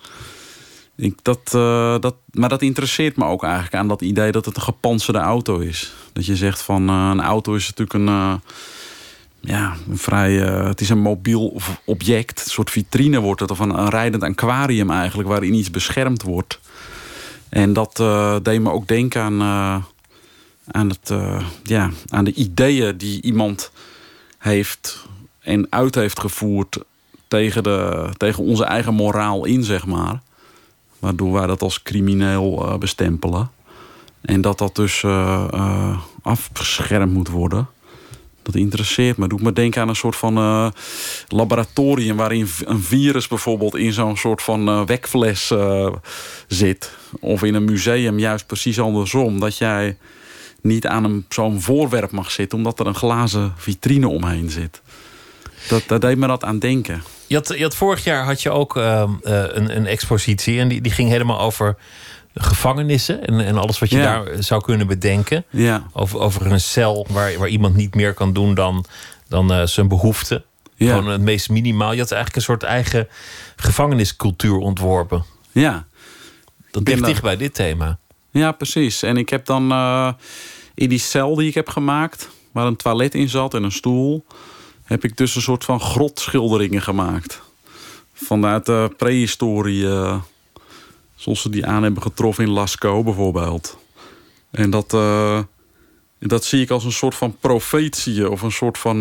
Maar dat interesseert me ook eigenlijk aan dat idee dat het een gepantserde auto is. Dat je zegt van een auto is natuurlijk het is een mobiel object. Een soort vitrine wordt het, of een rijdend aquarium eigenlijk... waarin iets beschermd wordt. En dat deed me ook denken aan de ideeën die iemand heeft en uit heeft gevoerd tegen onze eigen moraal in, zeg maar. Waardoor wij dat als crimineel bestempelen. En dat dus afgeschermd moet worden. Dat interesseert me. Doet me denken aan een soort van laboratorium... waarin een virus bijvoorbeeld in zo'n soort van wekfles zit. Of in een museum juist precies andersom. Dat jij niet aan zo'n voorwerp mag zitten... omdat er een glazen vitrine omheen zit. Dat deed me dat aan denken. Je had vorig jaar had je ook een expositie... en die ging helemaal over gevangenissen... en alles wat je daar zou kunnen bedenken. Ja. Over een cel waar iemand niet meer kan doen dan zijn behoeften. Ja. Gewoon het meest minimaal. Je had eigenlijk een soort eigen gevangeniscultuur ontworpen. Ja. Dat ligt dicht bij dit thema. Ja, precies. En ik heb dan in die cel die ik heb gemaakt... waar een toilet in zat en een stoel... heb ik dus een soort van grotschilderingen gemaakt. Vanuit de prehistorie... zoals ze die aan hebben getroffen in Lascaux bijvoorbeeld. En dat zie ik als een soort van profetie. Of een soort van...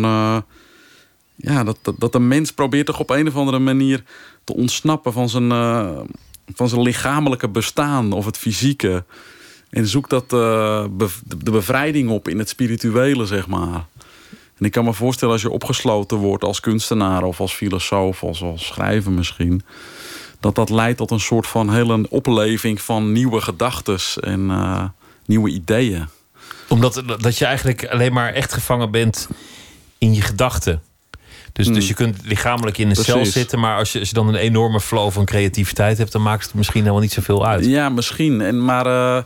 dat een mens probeert toch op een of andere manier... te ontsnappen van zijn lichamelijke bestaan. Of het fysieke. En zoekt dat de bevrijding op in het spirituele, zeg maar. En ik kan me voorstellen als je opgesloten wordt als kunstenaar... of als filosoof, of als schrijver misschien... dat leidt tot een soort van hele opleving van nieuwe gedachtes en nieuwe ideeën. Omdat je eigenlijk alleen maar echt gevangen bent in je gedachten. Dus je kunt lichamelijk in een cel zitten... maar als je dan een enorme flow van creativiteit hebt... dan maakt het misschien helemaal niet zoveel uit. Ja, misschien. Maar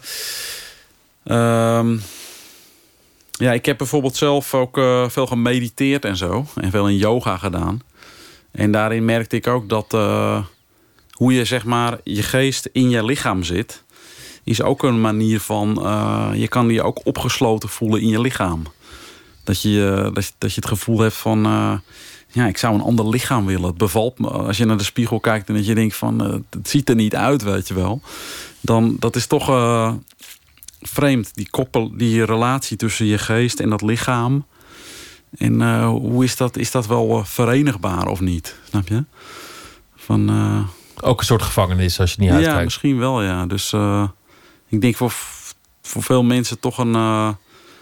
ik heb bijvoorbeeld zelf ook veel gemediteerd en zo. En veel in yoga gedaan. En daarin merkte ik ook dat... hoe je zeg maar je geest in je lichaam zit... is ook een manier van... je kan je ook opgesloten voelen in je lichaam. Dat je het gevoel hebt van... ik zou een ander lichaam willen. Het bevalt me. Als je naar de spiegel kijkt en dat je denkt van... het ziet er niet uit, weet je wel. Dan dat is toch vreemd. Die relatie tussen je geest en dat lichaam. En hoe is dat? Is dat wel verenigbaar of niet? Snap je? Ook een soort gevangenis als je het niet uitkijkt. Ja, misschien wel, ja. Dus ik denk voor veel mensen toch een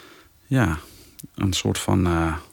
soort van...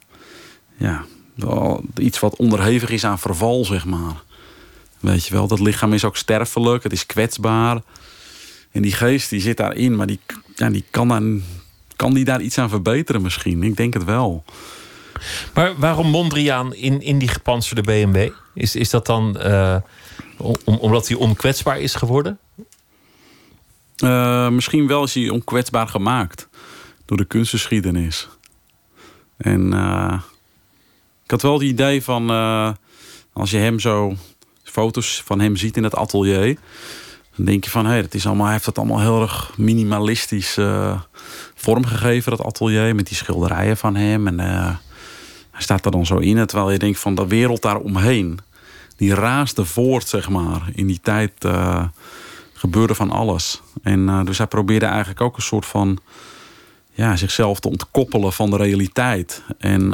iets wat onderhevig is aan verval, zeg maar. Weet je wel, dat lichaam is ook sterfelijk, het is kwetsbaar. En die geest die zit daarin, maar die kan die daar iets aan verbeteren misschien? Ik denk het wel. Maar waarom Mondriaan in die gepantserde BMW? Is dat dan... omdat hij onkwetsbaar is geworden? Misschien wel is hij onkwetsbaar gemaakt. Door de kunstgeschiedenis. En ik had wel het idee van... als je hem zo... foto's van hem ziet in het atelier... dan denk je van... hij heeft dat allemaal heel erg minimalistisch vormgegeven, dat atelier. Met die schilderijen van hem. En hij hij staat er dan zo in. Terwijl je denkt van de wereld daaromheen, die raasde voort, zeg maar. In die tijd gebeurde van alles. En dus hij probeerde eigenlijk ook een soort van zichzelf te ontkoppelen van de realiteit. En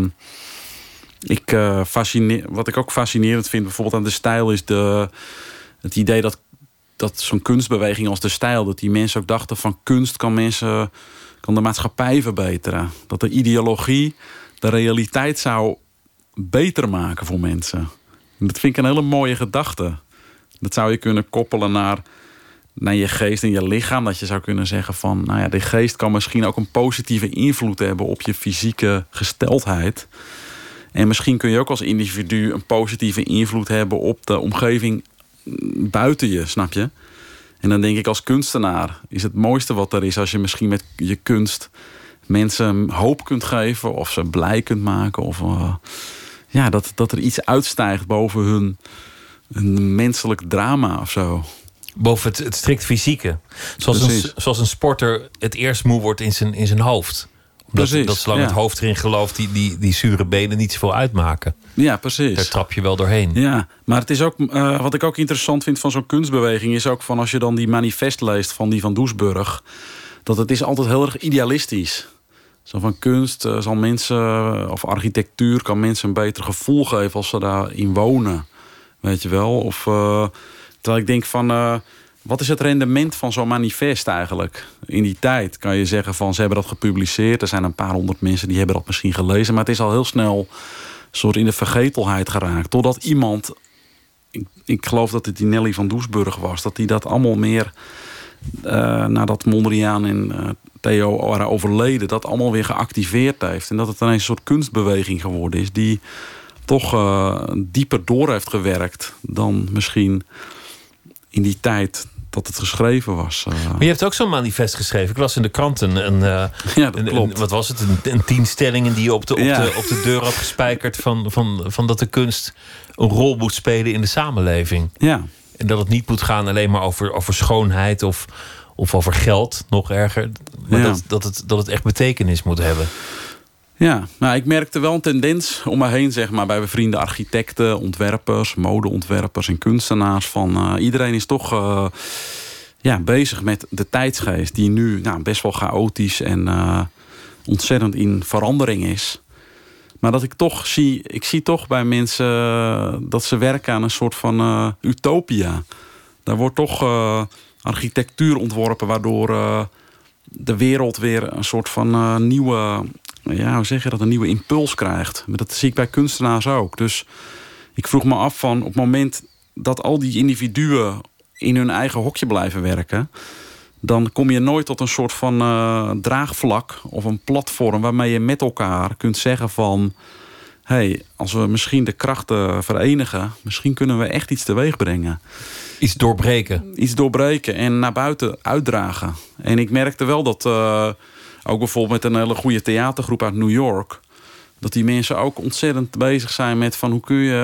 wat ik ook fascinerend vind bijvoorbeeld aan de stijl is het idee dat zo'n kunstbeweging als de stijl, dat die mensen ook dachten van kunst kan de maatschappij verbeteren. Dat de ideologie de realiteit zou beter maken voor mensen. En dat vind ik een hele mooie gedachte. Dat zou je kunnen koppelen naar je geest en je lichaam. Dat je zou kunnen zeggen van, de geest kan misschien ook een positieve invloed hebben op je fysieke gesteldheid. En misschien kun je ook als individu een positieve invloed hebben op de omgeving buiten je, snap je? En dan denk ik als kunstenaar is het mooiste wat er is als je misschien met je kunst mensen hoop kunt geven of ze blij kunt maken. Of dat er iets uitstijgt boven hun menselijk drama of zo. Boven het strikt fysieke. Zoals een sporter het eerst moe wordt in zijn hoofd. Dat zolang het hoofd erin gelooft, die zure benen niet zoveel uitmaken. Ja, precies. Daar trap je wel doorheen. Ja, maar het is ook, wat ik ook interessant vind van zo'n kunstbeweging is ook van als je dan die manifest leest van die van Doesburg, dat het is altijd heel erg idealistisch. Zo van kunst zal mensen, of architectuur kan mensen een beter gevoel geven als ze daarin wonen. Weet je wel? Of terwijl ik denk van, wat is het rendement van zo'n manifest eigenlijk? In die tijd kan je zeggen van, ze hebben dat gepubliceerd. Er zijn een paar honderd mensen die hebben dat misschien gelezen. Maar het is al heel snel soort in de vergetelheid geraakt. Totdat iemand, ik geloof dat het die Nelly van Doesburg was, dat die dat allemaal meer, nadat Mondriaan en Theo waren overleden, dat allemaal weer geactiveerd heeft. En dat het ineens een soort kunstbeweging geworden is die toch dieper door heeft gewerkt dan misschien in die tijd dat het geschreven was. Maar je hebt ook zo'n manifest geschreven. Ik las in de krant wat was het? Een 10 stellingen die je op de deur had gespijkerd van dat de kunst een rol moet spelen in de samenleving. Ja. En dat het niet moet gaan alleen maar over schoonheid of over geld, nog erger. Maar dat het echt betekenis moet hebben. Ja, nou, ik merkte wel een tendens om me heen, zeg maar, bij mijn vrienden architecten, ontwerpers, modeontwerpers en kunstenaars. Van iedereen is toch bezig met de tijdsgeest, die nu best wel chaotisch en ontzettend in verandering is. Maar dat ik zie toch bij mensen dat ze werken aan een soort van utopia. Daar wordt toch architectuur ontworpen, waardoor de wereld weer een soort van nieuwe, hoe zeg je dat, een nieuwe impuls krijgt. Maar dat zie ik bij kunstenaars ook. Dus ik vroeg me af van, op het moment dat al die individuen in hun eigen hokje blijven werken, dan kom je nooit tot een soort van draagvlak of een platform waarmee je met elkaar kunt zeggen van, hey, als we misschien de krachten verenigen, misschien kunnen we echt iets teweeg brengen. Iets doorbreken. Iets doorbreken en naar buiten uitdragen. En ik merkte wel dat ook bijvoorbeeld met een hele goede theatergroep uit New York, dat die mensen ook ontzettend bezig zijn met van hoe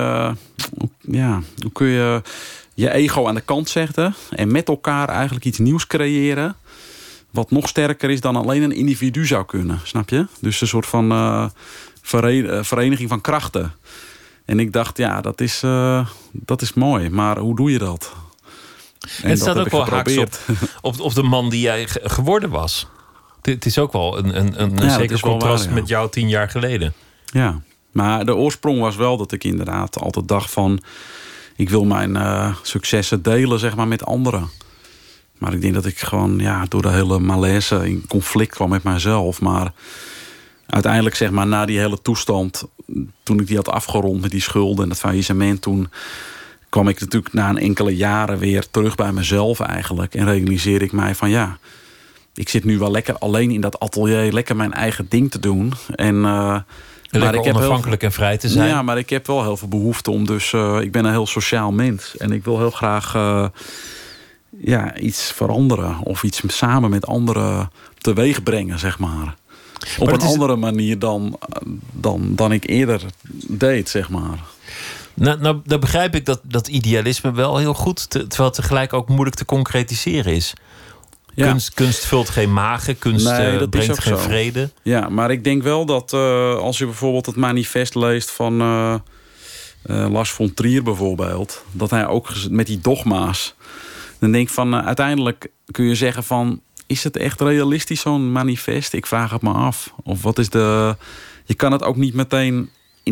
kun je je ego aan de kant zetten en met elkaar eigenlijk iets nieuws creëren wat nog sterker is dan alleen een individu zou kunnen. Snap je? Dus een soort van vereniging van krachten. En ik dacht, dat is mooi. Maar hoe doe je dat? En het staat ook wel haaks op de man die jij geworden was. Het is ook wel een zeker contrast waar, met jou 10 jaar geleden. Ja, maar de oorsprong was wel dat ik inderdaad altijd dacht van, ik wil mijn successen delen, zeg maar, met anderen. Maar ik denk dat ik gewoon door de hele malaise in conflict kwam met mijzelf. Maar uiteindelijk, zeg maar, na die hele toestand, toen ik die had afgerond met die schulden en dat faillissement, toen kwam ik natuurlijk na een enkele jaren weer terug bij mezelf eigenlijk. En realiseerde ik mij van ik zit nu wel lekker alleen in dat atelier, lekker mijn eigen ding te doen. Maar ik heb onafhankelijk en vrij te zijn. Ja, maar ik heb wel heel veel behoefte om ik ben een heel sociaal mens. En ik wil heel graag iets veranderen. Of iets samen met anderen teweeg brengen, zeg maar. Op een andere manier dan ik eerder deed, zeg maar. Nou begrijp ik dat idealisme wel heel goed, terwijl het tegelijk ook moeilijk te concretiseren is. Ja. Kunst vult geen magen, kunst dat brengt is ook geen zo. vrede. Ja, maar ik denk wel dat als je bijvoorbeeld het manifest leest van Lars von Trier bijvoorbeeld, dat hij ook met die dogma's, dan denk ik van uiteindelijk kun je zeggen van, is het echt realistisch zo'n manifest? Ik vraag het me af. Of wat is je kan het ook niet meteen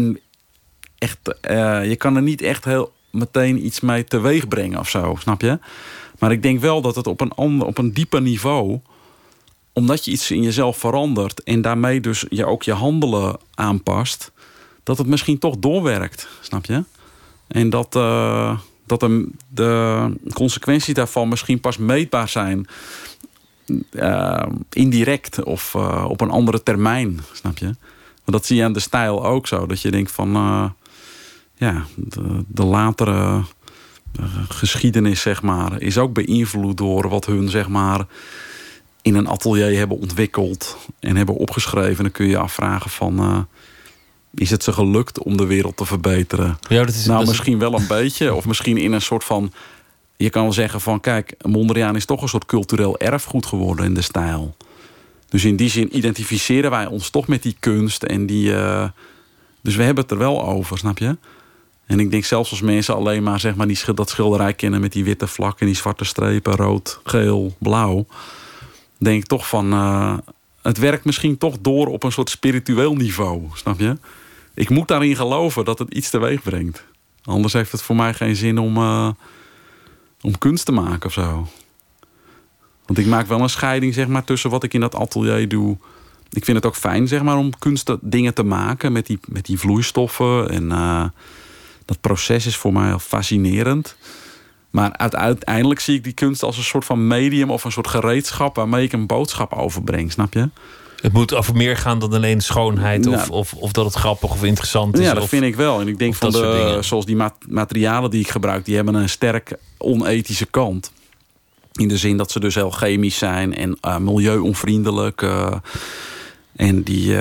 je kan er niet echt heel meteen iets mee teweeg brengen of zo, snap je? Maar ik denk wel dat het op een dieper niveau, omdat je iets in jezelf verandert en daarmee dus je ook je handelen aanpast, dat het misschien toch doorwerkt, snap je? En dat de consequenties daarvan misschien pas meetbaar zijn indirect of op een andere termijn, snap je? Maar dat zie je aan de stijl ook zo. Dat je denkt van de latere geschiedenis, zeg maar, is ook beïnvloed door wat hun, zeg maar, in een atelier hebben ontwikkeld en hebben opgeschreven. Dan kun je je afvragen van, is het ze gelukt om de wereld te verbeteren? Ja, misschien wel een beetje. Of misschien in een soort van, je kan wel zeggen van, kijk, Mondriaan is toch een soort cultureel erfgoed geworden in de stijl. Dus in die zin identificeren wij ons toch met die kunst. En dus we hebben het er wel over, snap je? En ik denk zelfs als mensen alleen maar, zeg maar dat schilderij kennen met die witte vlakken, die zwarte strepen, rood, geel, blauw, denk ik toch van, het werkt misschien toch door op een soort spiritueel niveau, snap je? Ik moet daarin geloven dat het iets teweeg brengt. Anders heeft het voor mij geen zin om kunst te maken of zo. Want ik maak wel een scheiding, zeg maar, tussen wat ik in dat atelier doe. Ik vind het ook fijn, zeg maar, om kunstdingen te maken met die vloeistoffen. En dat proces is voor mij heel fascinerend. Maar uiteindelijk zie ik die kunst als een soort van medium of een soort gereedschap waarmee ik een boodschap overbreng, snap je? Het moet over meer gaan dan alleen schoonheid of dat het grappig of interessant is. Ja, dat vind ik wel. En ik denk van zoals die materialen die ik gebruik, die hebben een sterk onethische kant. In de zin dat ze dus heel chemisch zijn en milieuonvriendelijk. En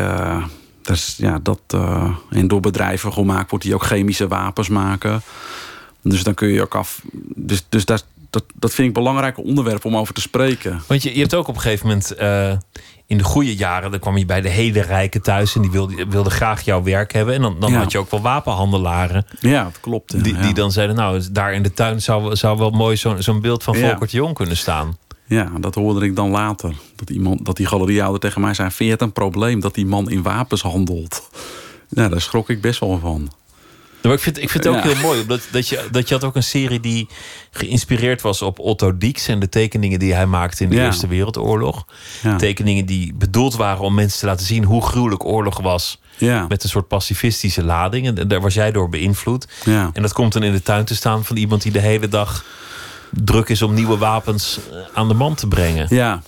en door bedrijven gemaakt wordt die ook chemische wapens maken. Dus dan kun je ook af. Dus dat vind ik een belangrijk onderwerp om over te spreken. Want je hebt ook op een gegeven moment in de goede jaren, dan kwam je bij de hele rijken thuis en die wilden graag jouw werk hebben. En dan had je ook wel wapenhandelaren. Ja, dat klopt. Ja, die dan zeiden, nou, daar in de tuin zou wel mooi zo'n beeld van Volkert de Jong kunnen staan. Ja, dat hoorde ik dan later. Dat die galeriehouder tegen mij zei, vind je het een probleem dat die man in wapens handelt? Ja, daar schrok ik best wel van. Maar ik vind het ook heel mooi. Dat je had ook een serie die geïnspireerd was op Otto Dix en de tekeningen die hij maakte in de Eerste Wereldoorlog. Ja. Tekeningen die bedoeld waren om mensen te laten zien hoe gruwelijk oorlog was. Ja. Met een soort pacifistische lading. En daar was jij door beïnvloed. Ja. En dat komt dan in de tuin te staan van iemand die de hele dag druk is om nieuwe wapens aan de man te brengen.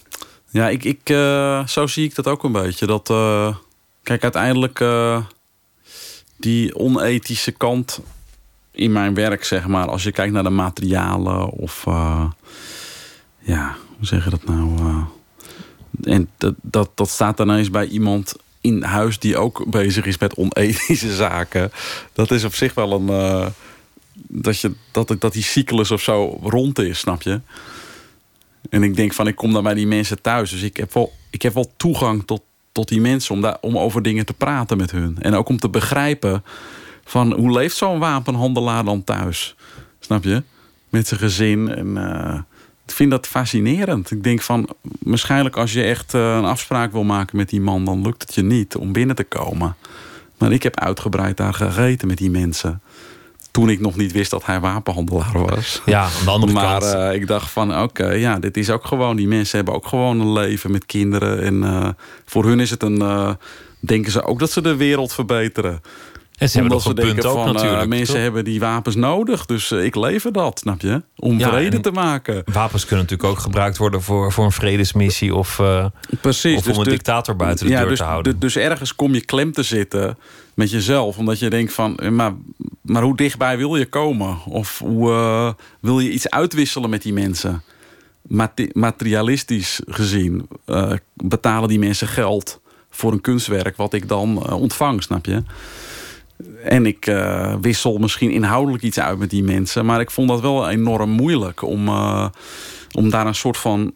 Ja, zo zie ik dat ook een beetje. Dat, kijk, uiteindelijk die onethische kant in mijn werk, zeg maar, als je kijkt naar de materialen of hoe zeg je dat nou? En dat staat dan eens bij iemand in huis die ook bezig is met onethische zaken. Dat is op zich wel een dat die cyclus of zo rond is, snap je? En ik denk van, ik kom dan bij die mensen thuis, dus ik heb wel toegang tot die mensen om over dingen te praten met hun. En ook om te begrijpen van, hoe leeft zo'n wapenhandelaar dan thuis? Snap je? Met zijn gezin. En ik vind dat fascinerend. Ik denk van, waarschijnlijk als je echt een afspraak wil maken met die man, dan lukt het je niet om binnen te komen. Maar ik heb uitgebreid daar gegeten met die mensen. Toen ik nog niet wist dat hij wapenhandelaar was. Ja, aan de andere kant. Maar ik dacht van, oké, dit is ook gewoon. Die mensen hebben ook gewoon een leven met kinderen. En voor hun is het denken ze ook dat ze de wereld verbeteren. En ze hebben nog een punt ook natuurlijk. Mensen toch? hebben die wapens nodig. Dus ik lever dat, snap je? Om vrede te maken. Wapens kunnen natuurlijk ook gebruikt worden voor een vredesmissie. Of om een dictator buiten de deur te houden. Dus ergens kom je klem te zitten met jezelf. Omdat je denkt van, maar hoe dichtbij wil je komen? Of hoe wil je iets uitwisselen met die mensen? Materialistisch gezien betalen die mensen geld voor een kunstwerk wat ik dan ontvang, snap je? En ik wissel misschien inhoudelijk iets uit met die mensen. Maar ik vond dat wel enorm moeilijk om daar een soort van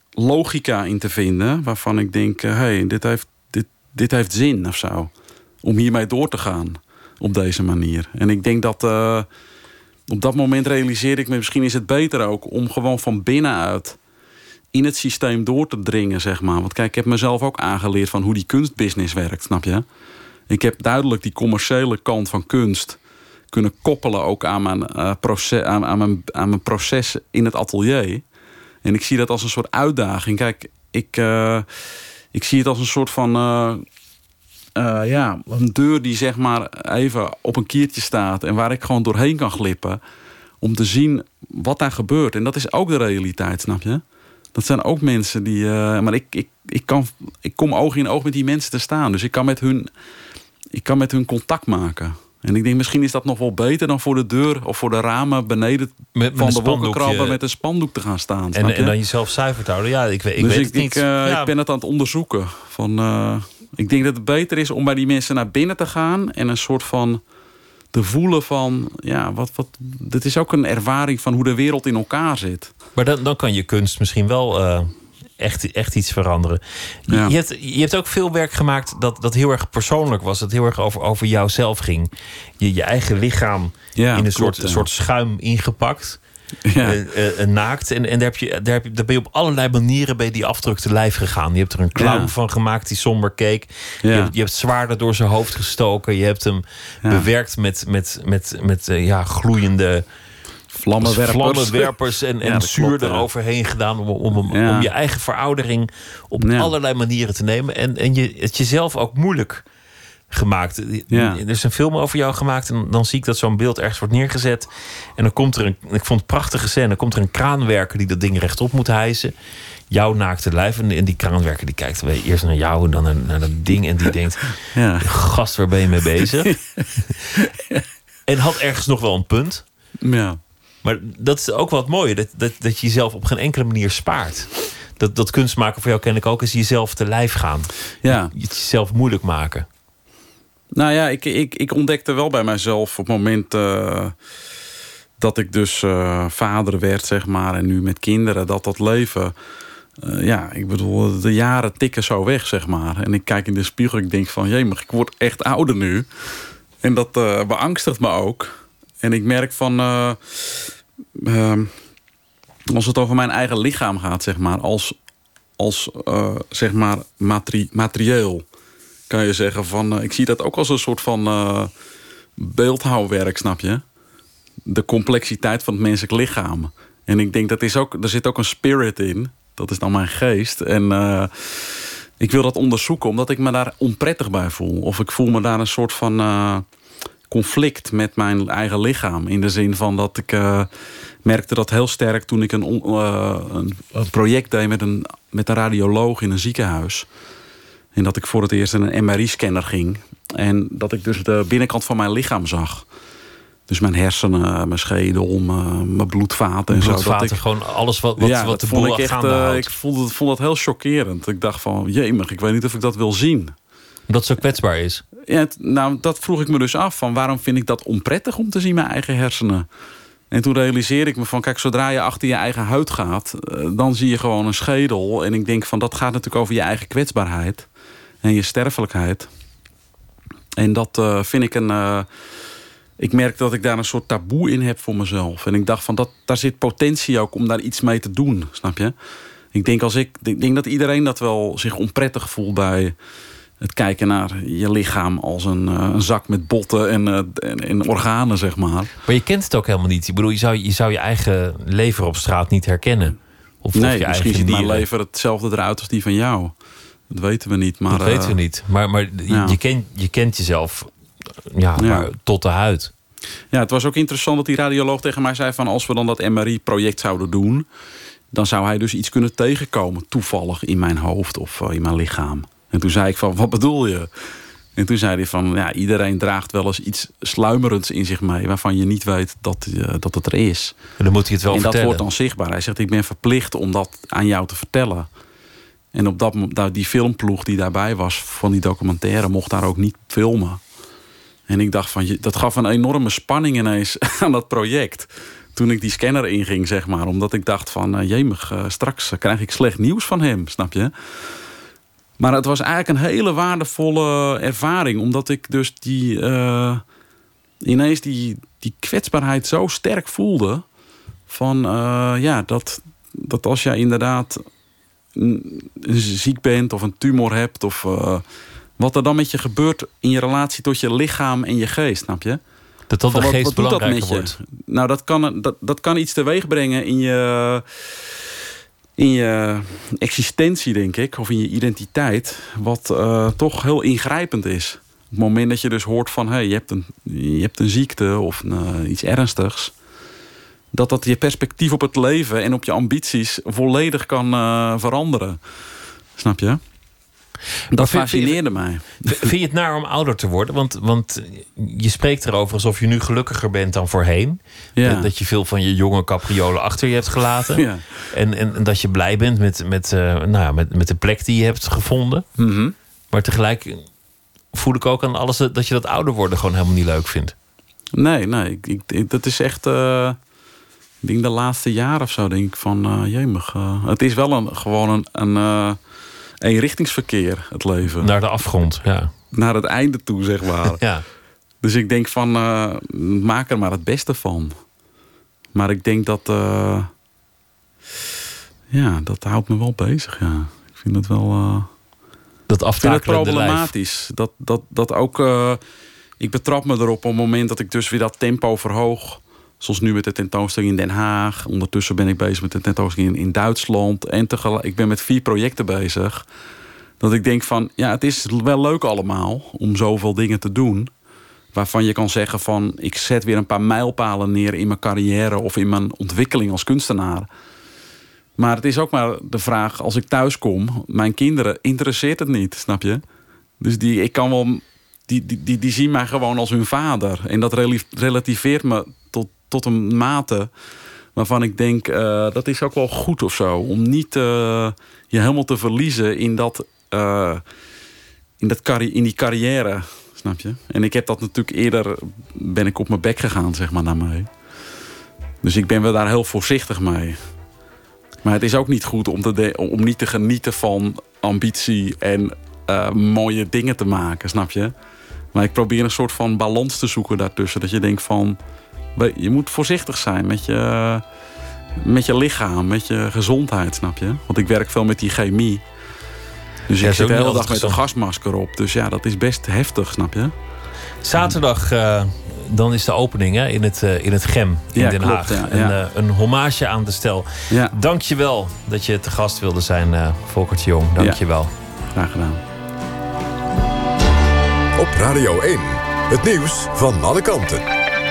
logica in te vinden waarvan ik denk, dit heeft zin of zo. Om hiermee door te gaan op deze manier. En ik denk dat op dat moment realiseerde ik me, misschien is het beter ook om gewoon van binnenuit in het systeem door te dringen, zeg maar. Want kijk, ik heb mezelf ook aangeleerd van hoe die kunstbusiness werkt, snap je? Ik heb duidelijk die commerciële kant van kunst kunnen koppelen ook aan mijn proces in het atelier. En ik zie dat als een soort uitdaging. Kijk, ik zie het als een soort van een deur die zeg maar even op een kiertje staat en waar ik gewoon doorheen kan glippen om te zien wat daar gebeurt. En dat is ook de realiteit, snap je? Dat zijn ook mensen die... maar ik kom oog in oog met die mensen te staan. Dus ik kan met hun contact maken. En ik denk, misschien is dat nog wel beter dan voor de deur of voor de ramen beneden van de wolkenkrabber met een spandoek te gaan staan. En dan jezelf zuiver te houden. Ja, ik weet het niet. Ik ben het aan het onderzoeken. Ik denk dat het beter is om bij die mensen naar binnen te gaan en een soort van te voelen van, ja, dit is ook een ervaring van hoe de wereld in elkaar zit. Maar dan kan je kunst misschien wel echt iets veranderen. Ja. Je hebt ook veel werk gemaakt dat heel erg persoonlijk was. Dat heel erg over jouzelf ging. Je eigen lichaam in een soort schuim ingepakt. Ja. Naakt. En daar ben je op allerlei manieren bij die afdruk te lijf gegaan. Je hebt er een clown van gemaakt die somber keek. Ja. Je hebt zwaarden door zijn hoofd gestoken. Je hebt hem bewerkt met gloeiende vlammenwerpers en zuur eroverheen gedaan om je eigen veroudering op allerlei manieren te nemen. En het jezelf ook moeilijk gemaakt. Er is een film over jou gemaakt en dan zie ik dat zo'n beeld ergens wordt neergezet en dan komt er ik vond het een prachtige scène, dan komt er een kraanwerker die dat ding rechtop moet hijsen. Jouw naakte lijf en die kraanwerker die kijkt eerst naar jou en dan naar dat ding en die denkt, gast, waar ben je mee bezig? En had ergens nog wel een punt. Ja. Maar dat is ook wat mooie, dat je jezelf op geen enkele manier spaart. Dat kunst maken voor jou ken ik ook, is jezelf te lijf gaan. Ja. Jezelf moeilijk maken. Nou ja, ik ontdekte wel bij mijzelf op het moment dat ik dus vader werd, zeg maar, en nu met kinderen, dat leven, ik bedoel, de jaren tikken zo weg, zeg maar. En ik kijk in de spiegel en ik denk van, jemig, ik word echt ouder nu. En dat beangstigt me ook. En ik merk van, als het over mijn eigen lichaam gaat, zeg maar, als zeg maar materieel, kan je zeggen van, ik zie dat ook als een soort van beeldhouwwerk, snap je? De complexiteit van het menselijk lichaam. En ik denk, dat is ook, er zit ook een spirit in. Dat is dan mijn geest. En ik wil dat onderzoeken, omdat ik me daar onprettig bij voel. Of ik voel me daar een soort van conflict met mijn eigen lichaam. In de zin van dat ik merkte dat heel sterk toen ik een project deed met een radioloog in een ziekenhuis. En dat ik voor het eerst in een MRI-scanner ging. En dat ik dus de binnenkant van mijn lichaam zag. Dus mijn hersenen, mijn schedel, mijn bloedvaten en zo. Bloedvaten, gewoon alles wat de boel gaande houdt. Ik vond dat heel chockerend. Ik dacht van, jemig, ik weet niet of ik dat wil zien. Dat het zo kwetsbaar is? Ja, dat vroeg ik me dus af. Van waarom vind ik dat onprettig om te zien, mijn eigen hersenen? En toen realiseerde ik me van, kijk, zodra je achter je eigen huid gaat, dan zie je gewoon een schedel. En ik denk van, dat gaat natuurlijk over je eigen kwetsbaarheid en je sterfelijkheid. En dat vind ik ik merk dat ik daar een soort taboe in heb voor mezelf. En ik dacht van, daar zit potentie ook om daar iets mee te doen, snap je? Ik denk dat iedereen dat wel zich onprettig voelt bij het kijken naar je lichaam als een zak met botten en organen, zeg maar. Maar je kent het ook helemaal niet. Ik bedoel, je zou je eigen lever op straat niet herkennen. Nee, misschien ziet mijn lever hetzelfde eruit als die van jou. Dat weten we niet. Maar, dat weten we niet. Maar je kent jezelf maar tot de huid. Ja, het was ook interessant dat die radioloog tegen mij zei van, als we dan dat MRI-project zouden doen, dan zou hij dus iets kunnen tegenkomen, toevallig in mijn hoofd of in mijn lichaam. En toen zei ik van, wat bedoel je? En toen zei hij van, ja, iedereen draagt wel eens iets sluimerends in zich mee, waarvan je niet weet dat het er is. En dan moet hij het wel vertellen. En dat wordt dan zichtbaar. Hij zegt, ik ben verplicht om dat aan jou te vertellen. En op die filmploeg die daarbij was van die documentaire mocht daar ook niet filmen. En ik dacht van, dat gaf een enorme spanning ineens aan dat project. toen ik die scanner inging, zeg maar. Omdat ik dacht van, jemig, straks krijg ik slecht nieuws van hem, snap je? Maar het was eigenlijk een hele waardevolle ervaring. Omdat ik dus ineens die kwetsbaarheid zo sterk voelde. Van dat als je inderdaad ziek bent of een tumor hebt... of wat er dan met je gebeurt in je relatie tot je lichaam en je geest, snap je? Dat de geest belangrijker wordt. Nou, dat kan iets teweeg brengen in je existentie, denk ik. Of in je identiteit. Wat toch heel ingrijpend is. Op het moment dat je dus hoort van... je hebt een ziekte of iets ernstigs. Dat je perspectief op het leven en op je ambities volledig kan veranderen. Snap je? Dat fascineerde mij. Vind je het naar om ouder te worden? Want je spreekt erover alsof je nu gelukkiger bent dan voorheen. Ja. Dat je veel van je jonge capriolen achter je hebt gelaten. Ja. En dat je blij bent met de plek die je hebt gevonden. Mm-hmm. Maar tegelijk voel ik ook aan alles dat je dat ouder worden gewoon helemaal niet leuk vindt. Nee. Dat is echt... ik denk de laatste jaar of zo denk ik van... jemig. Het is wel gewoon een eenrichtingsverkeer, het leven. Naar de afgrond, ja. Naar het einde toe, zeg maar. Ja. Dus ik denk van, maak er maar het beste van. Maar ik denk dat... dat houdt me wel bezig, ja. Ik vind het wel... dat aftakelen problematisch. Dat ook... ik betrap me erop op het moment dat ik dus weer dat tempo verhoog... Zoals nu met de tentoonstelling in Den Haag. Ondertussen ben ik bezig met de tentoonstelling in Duitsland. En tegelijk, ik ben met 4 projecten bezig. Dat ik denk van, het is wel leuk allemaal om zoveel dingen te doen. Waarvan je kan zeggen van, ik zet weer een paar mijlpalen neer in mijn carrière of in mijn ontwikkeling als kunstenaar. Maar het is ook maar de vraag, als ik thuis kom, mijn kinderen interesseert het niet, snap je? Dus ik kan wel, die zien mij gewoon als hun vader. En dat relativeert me tot een mate waarvan ik denk, dat is ook wel goed of zo. Om niet je helemaal te verliezen in die carrière, snap je? En ik heb dat natuurlijk eerder, ben ik op mijn bek gegaan, zeg maar, daarmee. Dus ik ben wel daar heel voorzichtig mee. Maar het is ook niet goed om niet te genieten van ambitie en mooie dingen te maken, snap je? Maar ik probeer een soort van balans te zoeken daartussen. Dat je denkt van, je moet voorzichtig zijn met je lichaam, met je gezondheid, snap je? Want ik werk veel met die chemie. Dus ik zit de hele dag met een gasmasker op. Dus ja, dat is best heftig, snap je? Zaterdag, dan is de opening in het GEM in Den Haag. Klopt, ja. Een hommage aan de stel. Ja. Dank je wel dat je te gast wilde zijn, Volkert Jong. Dank je wel. Graag gedaan. Op Radio 1, het nieuws van alle kanten.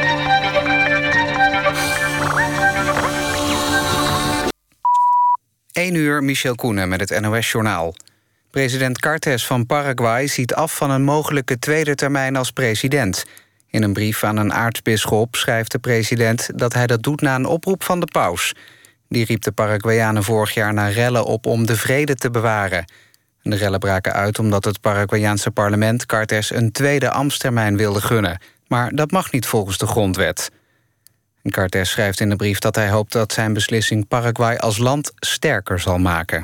Uur, Michel Koenen met het NOS-journaal. President Cartes van Paraguay ziet af van een mogelijke tweede termijn als president. In een brief aan een aartsbisschop schrijft de president dat hij dat doet na een oproep van de paus. Die riep de Paraguayanen vorig jaar na rellen op om de vrede te bewaren. De rellen braken uit omdat het Paraguayaanse parlement Cartes een tweede ambtstermijn wilde gunnen. Maar dat mag niet volgens de grondwet. Cartes schrijft in de brief dat hij hoopt dat zijn beslissing Paraguay als land sterker zal maken.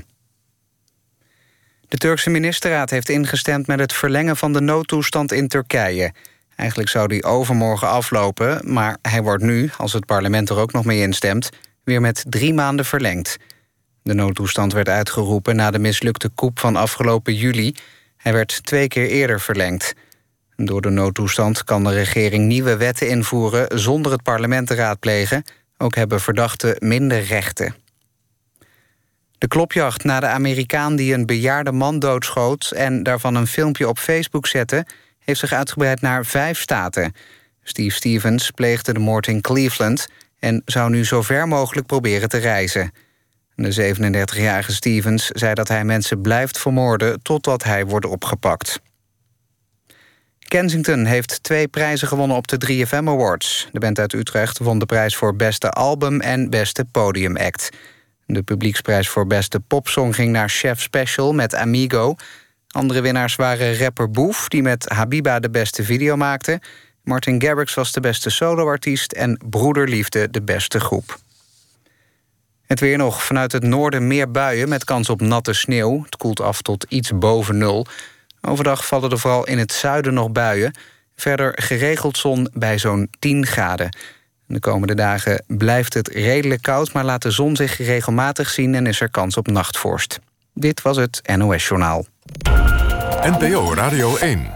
De Turkse ministerraad heeft ingestemd met het verlengen van de noodtoestand in Turkije. Eigenlijk zou die overmorgen aflopen, maar hij wordt nu, als het parlement er ook nog mee instemt, weer met 3 maanden verlengd. De noodtoestand werd uitgeroepen na de mislukte coup van afgelopen juli. Hij werd 2 keer eerder verlengd. Door de noodtoestand kan de regering nieuwe wetten invoeren zonder het parlement te raadplegen. Ook hebben verdachten minder rechten. De klopjacht na de Amerikaan die een bejaarde man doodschoot en daarvan een filmpje op Facebook zette, heeft zich uitgebreid naar 5 staten. Steve Stevens pleegde de moord in Cleveland en zou nu zo ver mogelijk proberen te reizen. De 37-jarige Stevens zei dat hij mensen blijft vermoorden totdat hij wordt opgepakt. Kensington heeft 2 prijzen gewonnen op de 3FM Awards. De band uit Utrecht won de prijs voor beste album en beste podiumact. De publieksprijs voor beste popsong ging naar Chef Special met Amigo. Andere winnaars waren rapper Boef, die met Habiba de beste video maakte, Martin Garrix was de beste soloartiest en Broederliefde de beste groep. Het weer nog. Vanuit het noorden meer buien met kans op natte sneeuw. Het koelt af tot iets boven 0. Overdag vallen er vooral in het zuiden nog buien. Verder geregeld zon bij zo'n 10 graden. De komende dagen blijft het redelijk koud, maar laat de zon zich regelmatig zien en is er kans op nachtvorst. Dit was het NOS Journaal. NPO Radio 1.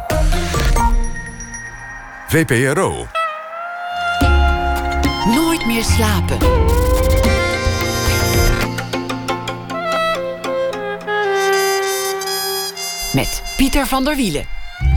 VPRO. Nooit meer slapen. Met Pieter van der Wielen.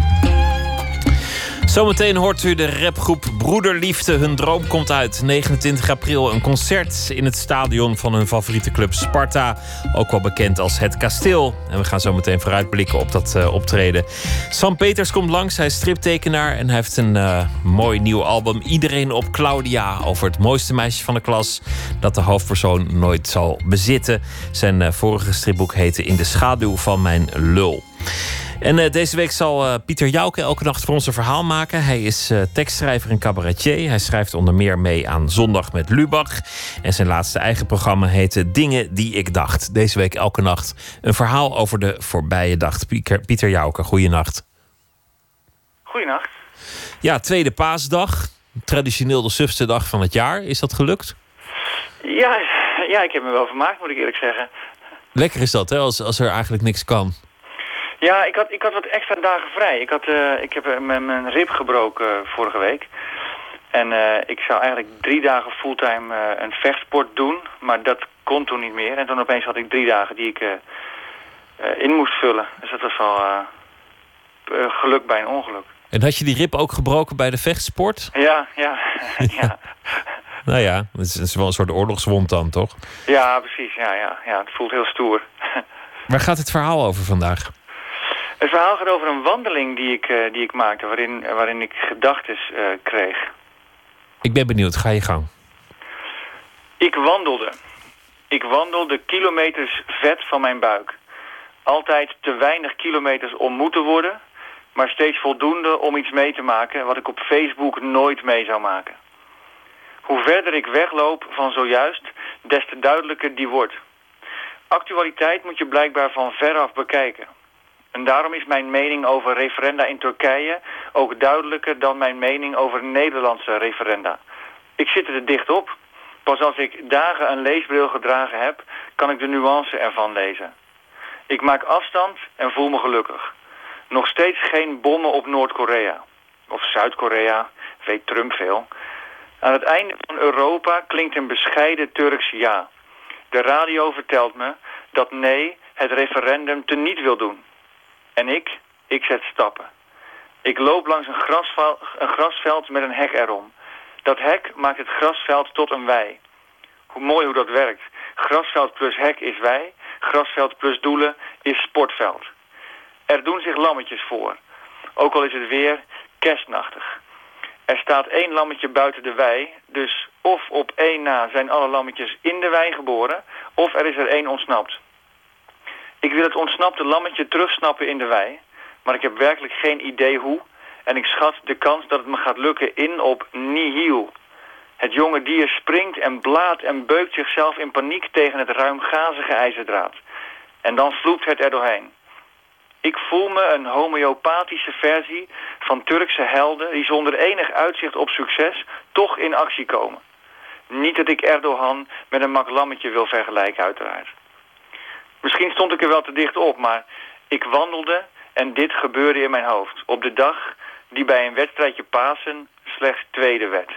Zometeen hoort u de rapgroep Broederliefde. Hun droom komt uit. 29 april een concert in het stadion van hun favoriete club Sparta. Ook wel bekend als Het Kasteel. En we gaan zo meteen vooruitblikken op dat optreden. Sam Peters komt langs. Hij is striptekenaar en hij heeft een mooi nieuw album. Iedereen op Claudia. Over het mooiste meisje van de klas dat de hoofdpersoon nooit zal bezitten. Zijn vorige stripboek heette In de schaduw van mijn lul. En deze week zal Pieter Jouke elke nacht voor ons een verhaal maken. Hij is tekstschrijver en cabaretier. Hij schrijft onder meer mee aan Zondag met Lubach. En zijn laatste eigen programma heette Dingen die ik dacht. Deze week elke nacht een verhaal over de voorbije dag. Pieter Jouke, goeienacht. Goeienacht. Ja, tweede paasdag. Traditioneel de sufste dag van het jaar. Is dat gelukt? Ja, ik heb me wel vermaakt, moet ik eerlijk zeggen. Lekker is dat, hè, als er eigenlijk niks kan. Ja, ik had wat extra dagen vrij. Ik heb mijn rib gebroken vorige week. En ik zou eigenlijk 3 dagen fulltime een vechtsport doen. Maar dat kon toen niet meer. En toen opeens had ik 3 dagen die ik in moest vullen. Dus dat was wel geluk bij een ongeluk. En had je die rib ook gebroken bij de vechtsport? Ja. Nou ja, het is wel een soort oorlogswond dan, toch? Ja, precies. Ja, het voelt heel stoer. Waar gaat het verhaal over vandaag? Het verhaal gaat over een wandeling die ik maakte, waarin ik gedachten kreeg. Ik ben benieuwd, ga je gang. Ik wandelde kilometers vet van mijn buik. Altijd te weinig kilometers om moeten worden, maar steeds voldoende om iets mee te maken wat ik op Facebook nooit mee zou maken. Hoe verder ik wegloop van zojuist, des te duidelijker die wordt. Actualiteit moet je blijkbaar van veraf bekijken. En daarom is mijn mening over referenda in Turkije ook duidelijker dan mijn mening over Nederlandse referenda. Ik zit er dicht op. Pas als ik dagen een leesbril gedragen heb, kan ik de nuance ervan lezen. Ik maak afstand en voel me gelukkig. Nog steeds geen bommen op Noord-Korea. Of Zuid-Korea, weet Trump veel. Aan het einde van Europa klinkt een bescheiden Turks ja. De radio vertelt me dat nee het referendum teniet wil doen. En ik zet stappen. Ik loop langs een grasveld met een hek erom. Dat hek maakt het grasveld tot een wei. Hoe mooi hoe dat werkt. Grasveld plus hek is wei. Grasveld plus doelen is sportveld. Er doen zich lammetjes voor. Ook al is het weer kerstnachtig. Er staat 1 lammetje buiten de wei. Dus of op 1 na zijn alle lammetjes in de wei geboren, of er is er 1 ontsnapt. Ik wil het ontsnapte lammetje terugsnappen in de wei, maar ik heb werkelijk geen idee hoe. En ik schat de kans dat het me gaat lukken in op nihil. Het jonge dier springt en blaadt en beukt zichzelf in paniek tegen het ruimgazige ijzerdraad. En dan vloept het er doorheen. Ik voel me een homeopathische versie van Turkse helden die zonder enig uitzicht op succes toch in actie komen. Niet dat ik Erdogan met een mak lammetje wil vergelijken, uiteraard. Misschien stond ik er wel te dicht op, maar ik wandelde en dit gebeurde in mijn hoofd. Op de dag die bij een wedstrijdje Pasen slechts tweede werd.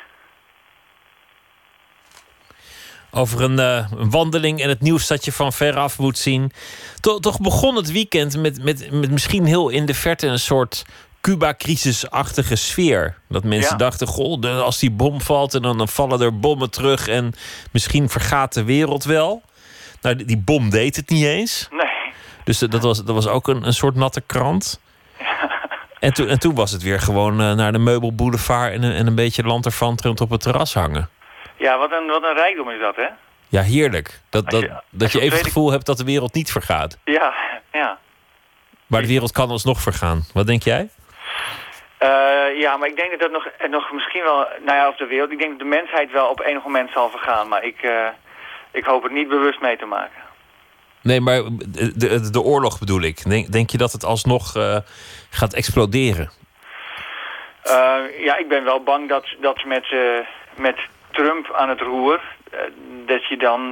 Over een wandeling en het nieuws dat je van veraf moet zien. Toch begon het weekend met misschien heel in de verte een soort Cuba-crisisachtige sfeer. Dat mensen dachten, goh, als die bom valt en dan vallen er bommen terug en misschien vergaat de wereld wel. Nou, die bom deed het niet eens. Nee. Dus dat was ook een soort natte krant. Ja. En toen was het weer gewoon naar de meubelboulevard en een beetje lanterfanterend op het terras hangen. Ja, wat een rijkdom is dat, hè? Ja, heerlijk. Dat je even het gevoel hebt dat de wereld niet vergaat. Ja. Maar de wereld kan alsnog vergaan. Wat denk jij? Ja, maar ik denk dat nog misschien wel... Nou ja, of de wereld. Ik denk dat de mensheid wel op enig moment zal vergaan. Maar ik hoop het niet bewust mee te maken. Nee, maar de oorlog bedoel ik. Denk je dat het alsnog gaat exploderen? Ja, ik ben wel bang dat met Trump aan het roer... dat je dan...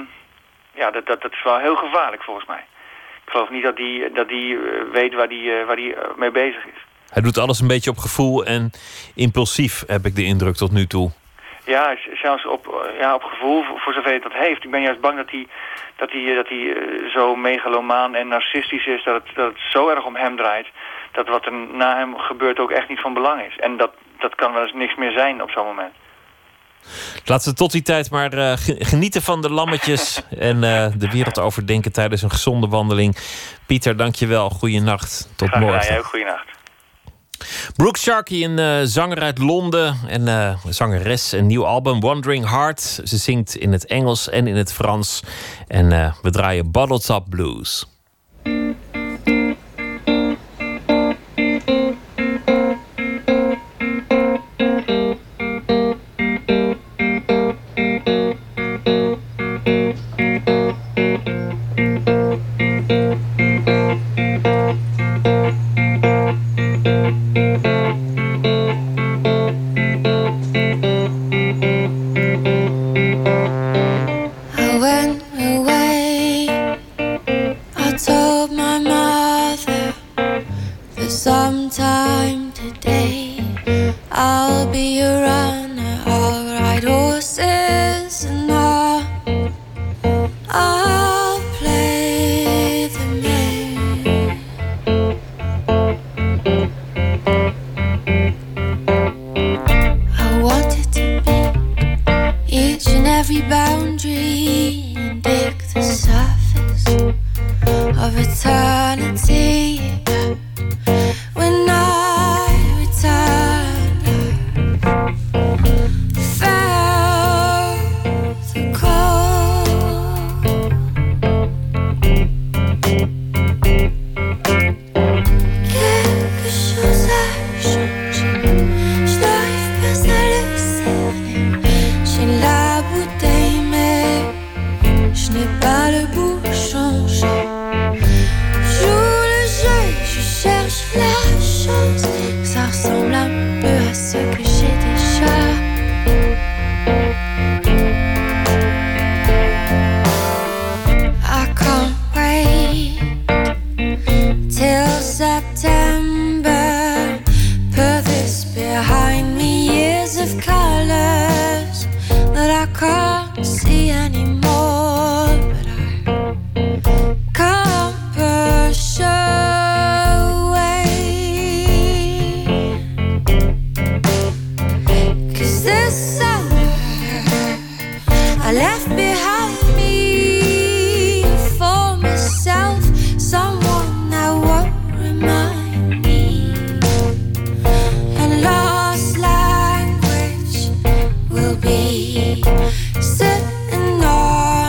dat is wel heel gevaarlijk volgens mij. Ik geloof niet dat die weet waar die mee bezig is. Hij doet alles een beetje op gevoel en impulsief, heb ik de indruk tot nu toe. Ja, zelfs op gevoel, voor zover hij dat heeft. Ik ben juist bang dat hij zo megalomaan en narcistisch is... dat het zo erg om hem draait... dat wat er na hem gebeurt ook echt niet van belang is. En dat kan wel eens niks meer zijn op zo'n moment. Laten we tot die tijd maar genieten van de lammetjes... en de wereld overdenken tijdens een gezonde wandeling. Pieter, dank je wel. Goeienacht. Tot morgen. Ja, ook goeienacht. Brooke Sharkey, een zanger uit Londen en zangeres. Een nieuw album, Wandering Heart. Ze zingt in het Engels en in het Frans. En we draaien Bottle Top Blues. Sitting on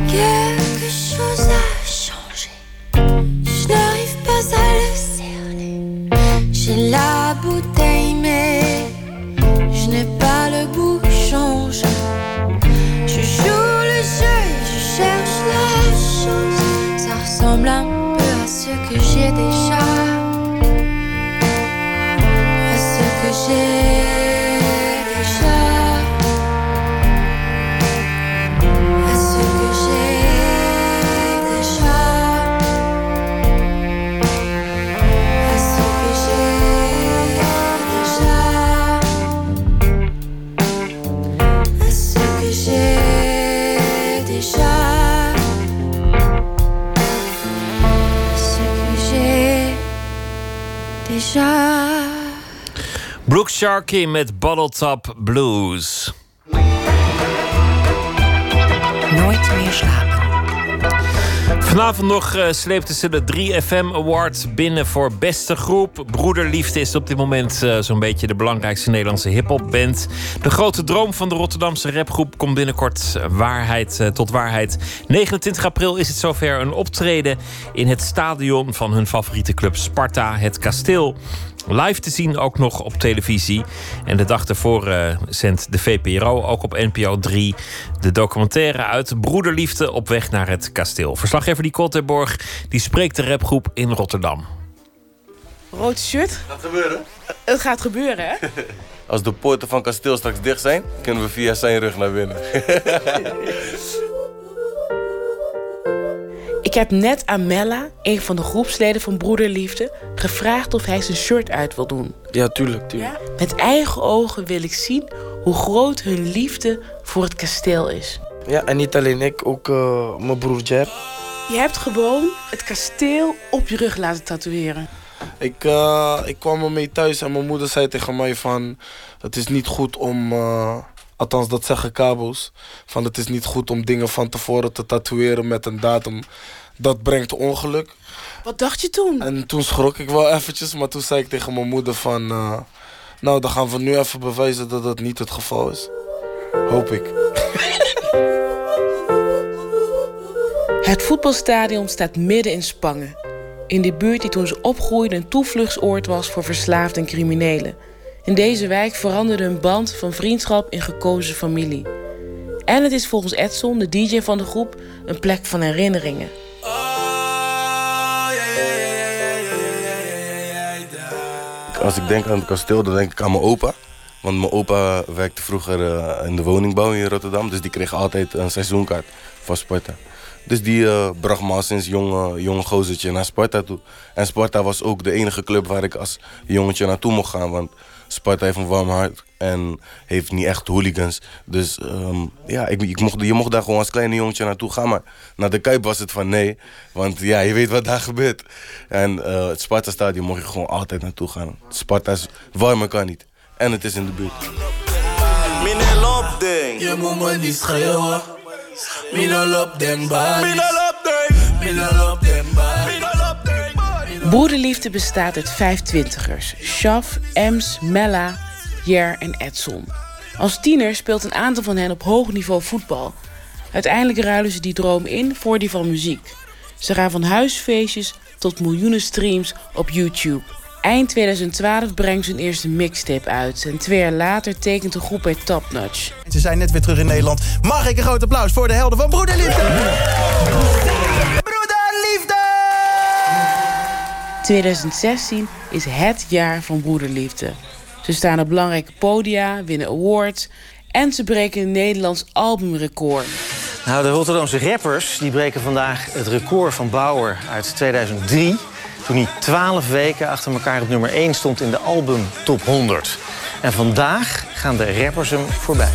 Quelque chose a changé. Je n'arrive pas à le cerner. J'ai la bouteille, mais je n'ai pas le bouchon. Je joue le jeu et je cherche la chose. Ça ressemble un peu à ce que j'ai déjà. À ce que j'ai déjà. À ce que j'ai déjà. À ce que j'ai déjà. À ce que j'ai déjà. Ce que j'ai déjà. Brooke Sharkey met Bottle Top Blues. Nooit meer slapen. Vanavond nog sleepten ze de 3FM Award binnen voor beste groep. Broederliefde is op dit moment zo'n beetje de belangrijkste Nederlandse hiphopband. De grote droom van de Rotterdamse rapgroep komt binnenkort tot waarheid. 29 april is het zover, een optreden in het stadion van hun favoriete club Sparta, het Kasteel. Live te zien ook nog op televisie. En de dag ervoor zendt de VPRO ook op NPO 3 de documentaire uit Broederliefde op weg naar het kasteel. Verslaggever Nicole Terborg die spreekt de rapgroep in Rotterdam. Rood shirt. Gaat gebeuren? Het gaat gebeuren, hè? Als de poorten van kasteel straks dicht zijn, kunnen we via zijn rug naar binnen. Ik heb net aan Mella, een van de groepsleden van Broederliefde, gevraagd of hij zijn shirt uit wil doen. Ja, tuurlijk. Ja? Met eigen ogen wil ik zien hoe groot hun liefde voor het kasteel is. Ja, en niet alleen ik, ook mijn broer Jer. Je hebt gewoon het kasteel op je rug laten tatoeëren. Ik kwam ermee thuis en mijn moeder zei tegen mij van... Het is niet goed om... althans, dat zeggen kabo's. Van het is niet goed om dingen van tevoren te tatoeëren met een datum. Dat brengt ongeluk. Wat dacht je toen? En toen schrok ik wel eventjes, maar toen zei ik tegen mijn moeder van... nou, dan gaan we nu even bewijzen dat dat niet het geval is. Hoop ik. Het voetbalstadion staat midden in Spangen. In de buurt die toen ze opgroeide een toevluchtsoord was voor verslaafden en criminelen. In deze wijk veranderde hun band van vriendschap in gekozen familie. En het is volgens Edson, de DJ van de groep, een plek van herinneringen. Als ik denk aan het kasteel, dan denk ik aan mijn opa. Want mijn opa werkte vroeger in de woningbouw in Rotterdam. Dus die kreeg altijd een seizoenkaart van Sparta. Dus die bracht me al sinds jonge gozertje naar Sparta toe. En Sparta was ook de enige club waar ik als jongetje naartoe mocht gaan. Want Sparta heeft een warm hart en heeft niet echt hooligans. Dus ja, je mocht daar gewoon als kleine jongetje naartoe gaan. Maar naar de Kuip was het van nee. Want ja, je weet wat daar gebeurt. En het Sparta-stadion mocht je gewoon altijd naartoe gaan. Sparta is warmer kan niet. En het is in de buurt. Je moet me niet schreeuwen. Broederliefde bestaat uit 5 twintigers. Shaf, Ems, Mella, Jer en Edson. Als tiener speelt een aantal van hen op hoog niveau voetbal. Uiteindelijk ruilen ze die droom in voor die van muziek. Ze gaan van huisfeestjes tot miljoenen streams op YouTube. Eind 2012 brengt ze hun eerste mixtape uit. En 2 jaar later tekent de groep bij Top Notch. Ze zijn net weer terug in Nederland. Mag ik een groot applaus voor de helden van Broederliefde? Broederliefde! 2016 is het jaar van Broederliefde. Ze staan op belangrijke podia, winnen awards en ze breken een Nederlands albumrecord. Nou, de Rotterdamse rappers die breken vandaag het record van Bauer uit 2003... toen hij 12 weken achter elkaar op nummer 1 stond in de album Top 100. En vandaag gaan de rappers hem voorbij.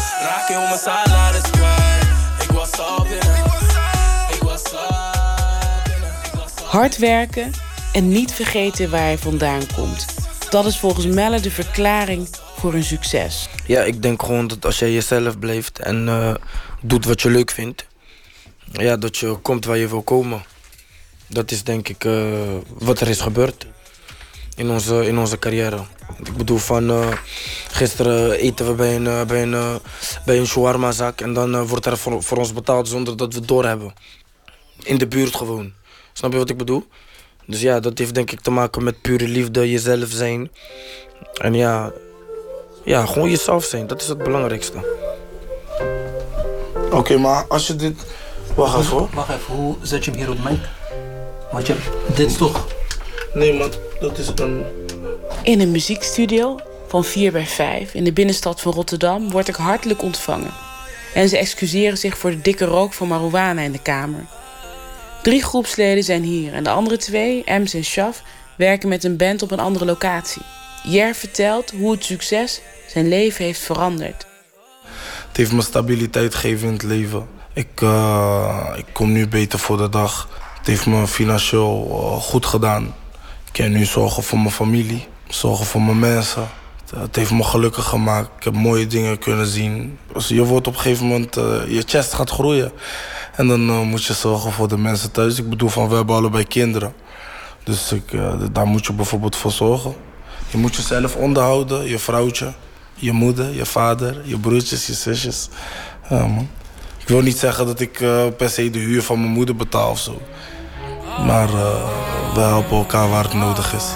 Hard werken en niet vergeten waar hij vandaan komt. Dat is volgens Melle de verklaring voor een succes. Ja, ik denk gewoon dat als jij jezelf blijft en doet wat je leuk vindt... ja, dat je komt waar je wil komen. Dat is denk ik wat er is gebeurd in onze carrière. Ik bedoel van, gisteren eten we bij een shawarma-zak en dan wordt er voor ons betaald zonder dat we het doorhebben. In de buurt gewoon. Snap je wat ik bedoel? Dus ja, dat heeft denk ik te maken met pure liefde, jezelf zijn. En ja, gewoon jezelf zijn. Dat is het belangrijkste. Oké, maar als je dit... Wacht even hoor. Wacht even, hoe zet je hem hier op de mic? Want dit is toch... Nee man, dat is een... In een muziekstudio van 4x5 in de binnenstad van Rotterdam word ik hartelijk ontvangen. En ze excuseren zich voor de dikke rook van marijuana in de kamer. 3 groepsleden zijn hier en de andere 2, Ems en Shaf, werken met een band op een andere locatie. Jer vertelt hoe het succes zijn leven heeft veranderd. Het heeft me stabiliteit gegeven in het leven. Ik kom nu beter voor de dag. Het heeft me financieel goed gedaan. Ik kan nu zorgen voor mijn familie, zorgen voor mijn mensen. Het heeft me gelukkig gemaakt. Ik heb mooie dingen kunnen zien. Dus je wordt op een gegeven moment, je chest gaat groeien. En dan moet je zorgen voor de mensen thuis. Ik bedoel, we hebben allebei kinderen. Dus daar moet je bijvoorbeeld voor zorgen. Je moet jezelf onderhouden, je vrouwtje, je moeder, je vader, je broertjes, je zusjes. Ja, man. Ik wil niet zeggen dat ik per se de huur van mijn moeder betaal of zo. Maar we helpen elkaar waar het nodig is.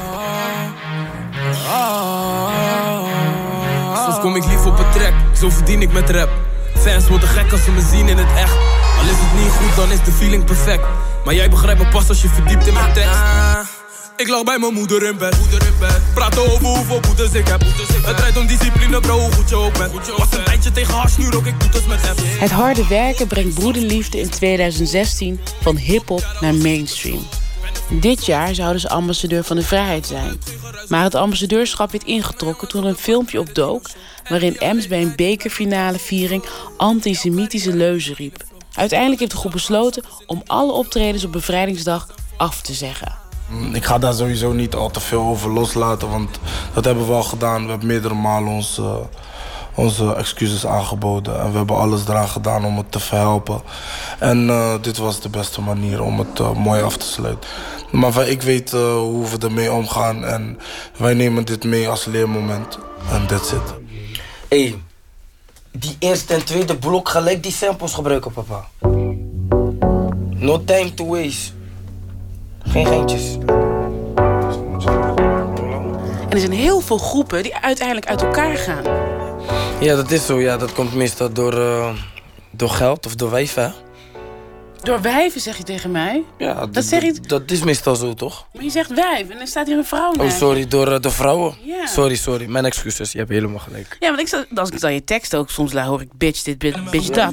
Soms kom ik lief op het track, zo verdien ik met rap. Fans worden gek als ze me zien in het echt. Al is het niet goed, dan is de feeling perfect. Maar jij begrijpt me pas als je verdiept in mijn tekst. Ik lag bij mijn moeder in bed. Praten over hoeveel boetes ik heb. Het draait om discipline, bro, hoe goed je ook bent. Was een tijdje tegen hash, nu rook ik boetes met hem. Het harde werken brengt broederliefde in 2016 van hiphop naar mainstream. Dit jaar zouden ze ambassadeur van de vrijheid zijn. Maar het ambassadeurschap werd ingetrokken toen er een filmpje opdook waarin Ems bij een bekerfinale viering antisemitische leuzen riep. Uiteindelijk heeft de groep besloten om alle optredens op Bevrijdingsdag af te zeggen. Ik ga daar sowieso niet al te veel over loslaten, want dat hebben we al gedaan. We hebben meerdere malen onze excuses aangeboden. En we hebben alles eraan gedaan om het te verhelpen. En dit was de beste manier om het mooi af te sluiten. Maar ik weet hoe we ermee omgaan. En wij nemen dit mee als leermoment. En that's it. Hey, die eerste en tweede blok gelijk die samples gebruiken, papa. No time to waste. Geen geintjes. En er zijn heel veel groepen die uiteindelijk uit elkaar gaan. Ja, dat is zo. Ja, dat komt meestal door geld of door wijven, hè? Door wijven, zeg je tegen mij? Ja, dat is meestal zo, toch? Maar je zegt wijf en dan staat hier een vrouw naast. Oh, sorry, door de vrouwen? Ja. Sorry. Mijn excuses, je hebt helemaal gelijk. Ja, want als ik dan je tekst ook soms hoor ik bitch dit, bitch dat.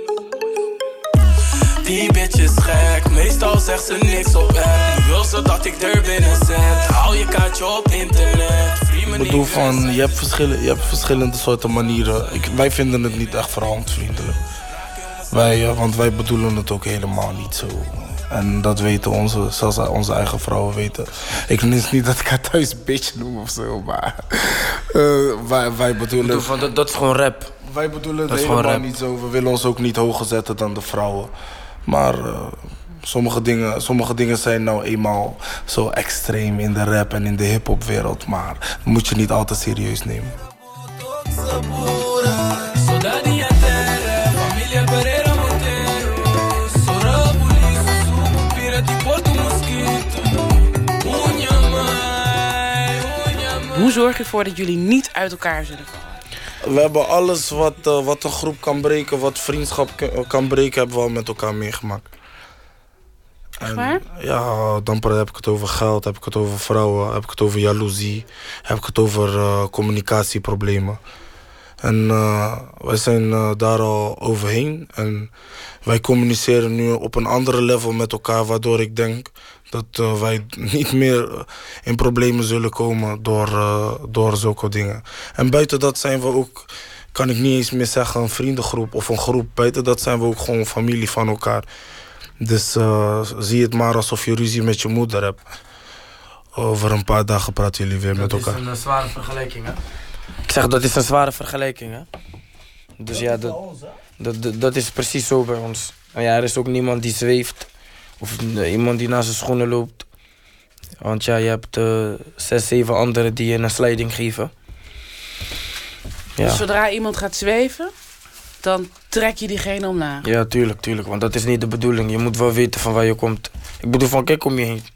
Die bitch is gek, meestal zegt ze niks op app. Nu wil ze dat ik er binnen zet. Hou je kaartje op internet. Ik bedoel je hebt verschillende soorten manieren. Wij vinden het niet echt verhandvriendelijk. Want wij bedoelen het ook helemaal niet zo. En dat weten zelfs onze eigen vrouwen weten. Ik wist niet dat ik haar thuis bitch noem of zo, maar wij bedoelen... Dat is gewoon rap. Wij bedoelen het helemaal niet zo. We willen ons ook niet hoger zetten dan de vrouwen. Maar sommige dingen zijn nou eenmaal zo extreem in de rap en in de hiphopwereld. Maar dat moet je niet altijd serieus nemen. Hoe zorg je ervoor dat jullie niet uit elkaar zullen vallen? We hebben alles wat een groep kan breken, wat vriendschap kan breken, hebben we al met elkaar meegemaakt. Echt waar? Ja, dan heb ik het over geld, heb ik het over vrouwen, heb ik het over jaloezie, heb ik het over communicatieproblemen. En wij zijn daar al overheen en wij communiceren nu op een andere level met elkaar, waardoor ik denk dat wij niet meer in problemen zullen komen door zulke dingen. En buiten dat zijn we ook, kan ik niet eens meer zeggen een vriendengroep of een groep. Buiten dat zijn we ook gewoon familie van elkaar. Dus zie het maar alsof je ruzie met je moeder hebt. Over een paar dagen praten jullie weer met elkaar. Dat is een zware vergelijking, hè? Ik zeg, dat is een zware vergelijking, hè? Dus ja, dat is precies zo bij ons. En ja, er is ook niemand die zweeft. Of iemand die naar zijn schoenen loopt. Want ja, je hebt 6, 7 anderen die je een sliding geven. Ja. Dus zodra iemand gaat zweven, dan trek je diegene omlaag. Ja, tuurlijk. Want dat is niet de bedoeling. Je moet wel weten van waar je komt. Ik bedoel van, kijk om je heen.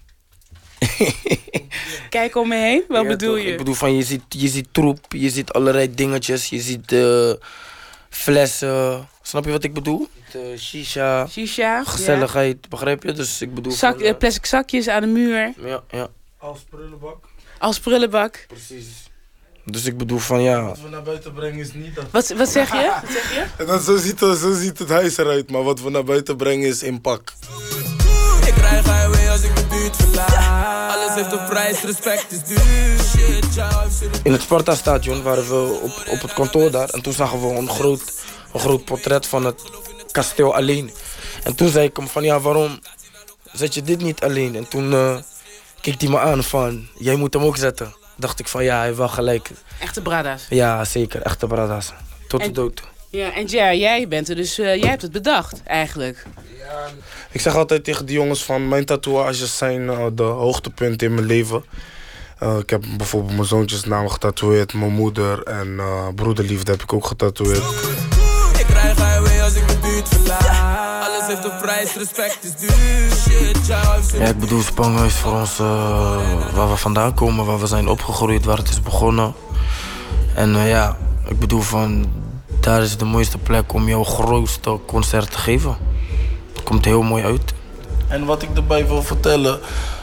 Kijk om me heen? Wat bedoel je? Ik bedoel van, je ziet troep, je ziet allerlei dingetjes, je ziet flessen. Snap je wat ik bedoel? Shisha, gezelligheid, ja. Begrijp je? Dus ik bedoel plastic zakjes aan de muur. Ja. Als prullenbak. Precies. Dus ik bedoel van ja. Wat we naar buiten brengen is niet dat. Wat zeg je? Wat zeg je? En dan zo ziet het huis eruit, maar wat we naar buiten brengen is in pak. Ik krijg highway als ik de buurt verlaat. Alles heeft een prijs, respect is duur. Shit, in het Sparta-stadion waren we op het kantoor daar. En toen zagen we een groot portret van het kasteel alleen. En toen zei ik hem van ja, waarom zet je dit niet alleen? En toen keek hij me aan van, jij moet hem ook zetten. Dacht ik van ja, hij heeft wel gelijk. Echte brada's? Ja, zeker. Echte brada's. Tot de dood. Ja, en jij bent er dus, jij hebt het bedacht eigenlijk. Ja, ik zeg altijd tegen die jongens van mijn tatoeages zijn de hoogtepunten in mijn leven. Ik heb bijvoorbeeld mijn zoontjes naam getatoeëerd, mijn moeder en broederliefde heb ik ook getatoeëerd. Ik krijg highway als ik de buurt verlaat. Alles heeft een prijs, respect is duur. Shit, ja, ik bedoel, Spangen is voor ons waar we vandaan komen, waar we zijn opgegroeid, waar het is begonnen. En ja, ik bedoel van, daar is de mooiste plek om jouw grootste concert te geven. Het komt heel mooi uit. En wat ik erbij wil vertellen,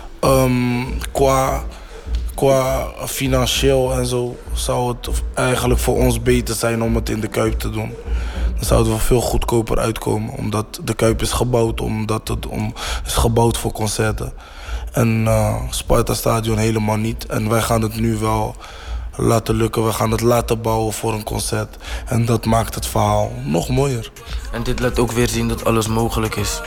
qua financieel en zo, zou het eigenlijk voor ons beter zijn om het in de Kuip te doen. Dan zouden we veel goedkoper uitkomen, omdat de Kuip is gebouwd, is gebouwd voor concerten. En Sparta Stadion helemaal niet. En wij gaan het nu wel laten lukken, we gaan het laten bouwen voor een concert. En dat maakt het verhaal nog mooier. En dit laat ook weer zien dat alles mogelijk is.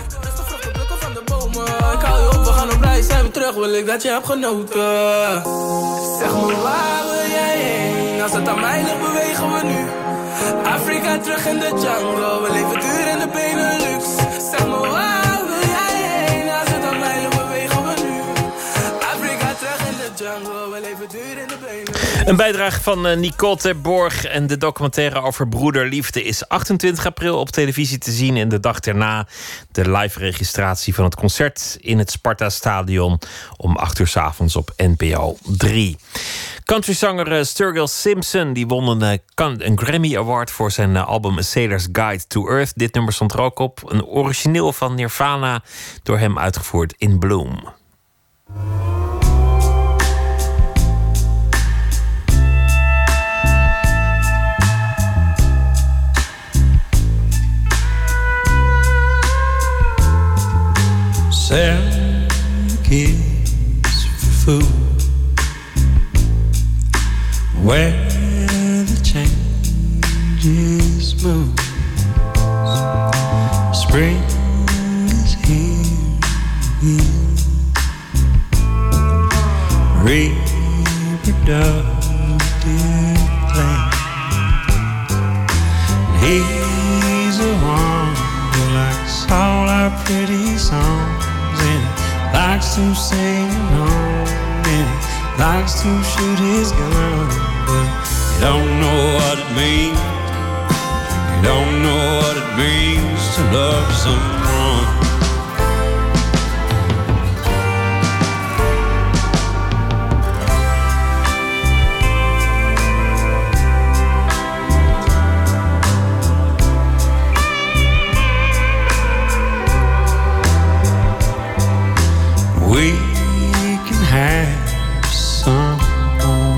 Ik hou je op, we gaan op reis, zijn we terug, wil ik dat je hebt genoten. Zeg me waar wil jij heen, als het aan mij ligt bewegen we nu. Afrika terug in de jungle, we leven duur in de Benelux. Zeg me waar wil jij heen, als het aan mij ligt bewegen we nu. Afrika terug in de jungle, we leven duur in de Benelux. Een bijdrage van Nicole ter Borch en de documentaire over broederliefde is 28 april op televisie te zien. En de dag daarna de live registratie van het concert in het Sparta-stadion om 8 uur 's avonds op NPO 3. Countryzanger Sturgill Simpson die won een Grammy Award voor zijn album A Sailor's Guide to Earth. Dit nummer stond er ook op. Een origineel van Nirvana, door hem uitgevoerd in Bloom. Selling kids for food, where the changes move. Spring is here again. Reproductive plan. He's a one who likes all our pretty songs. Likes to sing along and he likes to shoot his gun, but he don't know what it means. He don't know what it means to love someone. We can have some fun.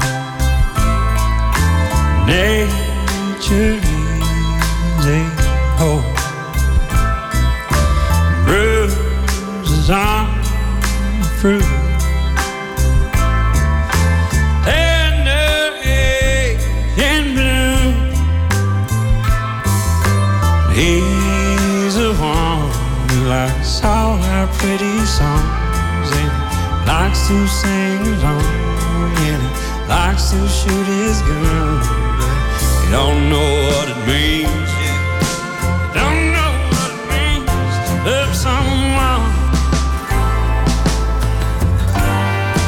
Nature is a whole. Bruises on the fruit. Tender in bloom. He's the one who likes all our pretty songs. Likes to sing along and he likes to shoot his gun, but he don't know what it means. He don't know what it means to love someone.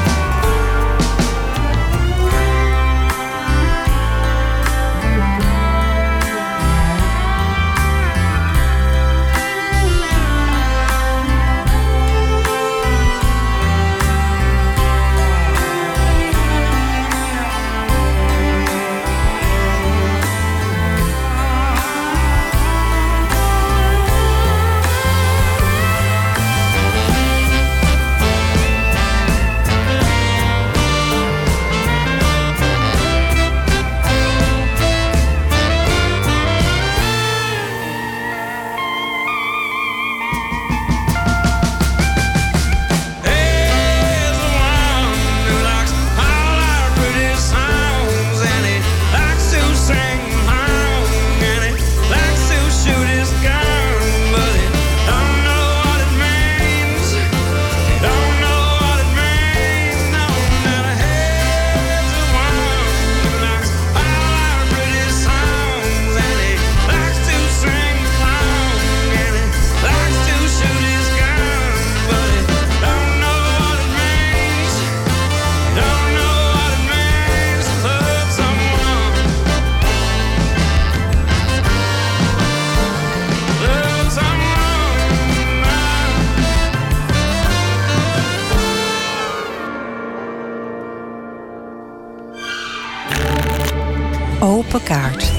open kaart.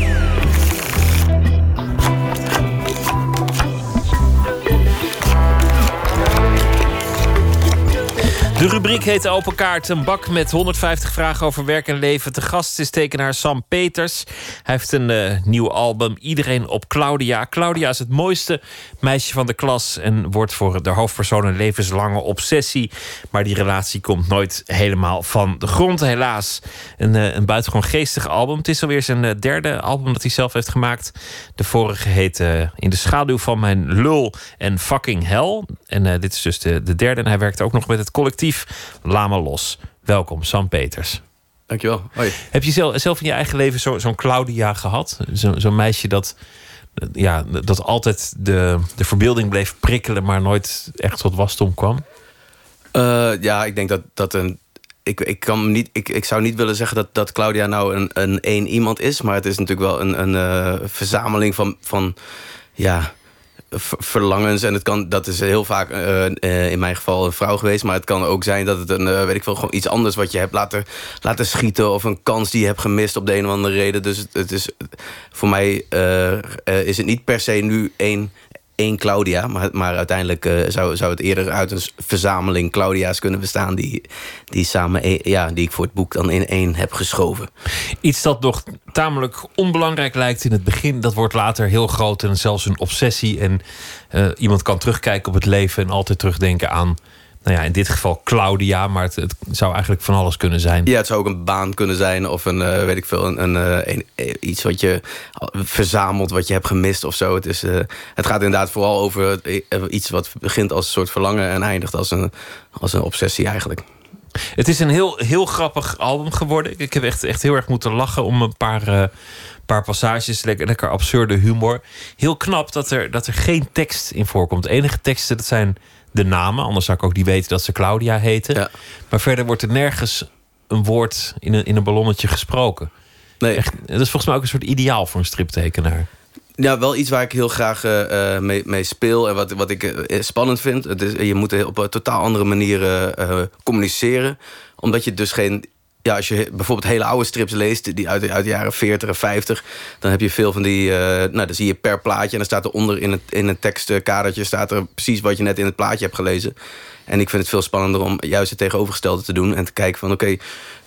De rubriek heet Open Kaart. Een bak met 150 vragen over werk en leven. Te gast is tekenaar Sam Peters. Hij heeft een nieuw album, Iedereen op Claudia. Claudia is het mooiste meisje van de klas en wordt voor de hoofdpersoon een levenslange obsessie. Maar die relatie komt nooit helemaal van de grond, helaas. Een buitengewoon geestig album. Het is alweer zijn derde album dat hij zelf heeft gemaakt. De vorige heet In de schaduw van mijn lul en fucking hell. En dit is dus de derde. En hij werkt ook nog met het collectief Lama Los. Welkom, Sam Peters. Dankjewel. Hoi. Heb je zelf in je eigen leven zo'n Claudia gehad? Zo'n meisje dat altijd de verbeelding bleef prikkelen, maar nooit echt tot wasdom kwam? Ja, ik denk dat een... Ik zou niet willen zeggen dat Claudia nou een één iemand is, maar het is natuurlijk wel een verzameling van verlangens. En dat is heel vaak in mijn geval een vrouw geweest, maar het kan ook zijn dat het gewoon iets anders wat je hebt laten schieten, of een kans die je hebt gemist op de een of andere reden. Dus het is voor mij is het niet per se nu één Claudia, maar uiteindelijk zou het eerder uit een verzameling Claudia's kunnen bestaan die samen, die ik voor het boek dan in één heb geschoven. Iets dat nog tamelijk onbelangrijk lijkt in het begin, dat wordt later heel groot en zelfs een obsessie. En iemand kan terugkijken op het leven en altijd terugdenken aan, in dit geval Claudia, maar het zou eigenlijk van alles kunnen zijn. Ja, het zou ook een baan kunnen zijn of iets wat je verzamelt, wat je hebt gemist of zo. Het gaat inderdaad vooral over iets wat begint als een soort verlangen en eindigt als een obsessie eigenlijk. Het is een heel grappig album geworden. Ik heb echt heel erg moeten lachen om een paar passages. Lekker absurde humor. Heel knap dat er geen tekst in voorkomt. De enige teksten, dat zijn de namen. Anders zou ik ook niet weten dat ze Claudia heten. Ja. Maar verder wordt er nergens een woord in een ballonnetje gesproken. Nee. Echt, dat is volgens mij ook een soort ideaal voor een striptekenaar. Ja, wel iets waar ik heel graag mee speel. En wat ik spannend vind. Je moet op een totaal andere manier communiceren. Omdat je dus geen... Ja, als je bijvoorbeeld hele oude strips leest, die uit de jaren 40 en 50... dan heb je veel van die... dan zie je per plaatje en dan staat er onder in een tekstkadertje... staat er precies wat je net in het plaatje hebt gelezen. En ik vind het veel spannender om juist het tegenovergestelde te doen... en te kijken van oké,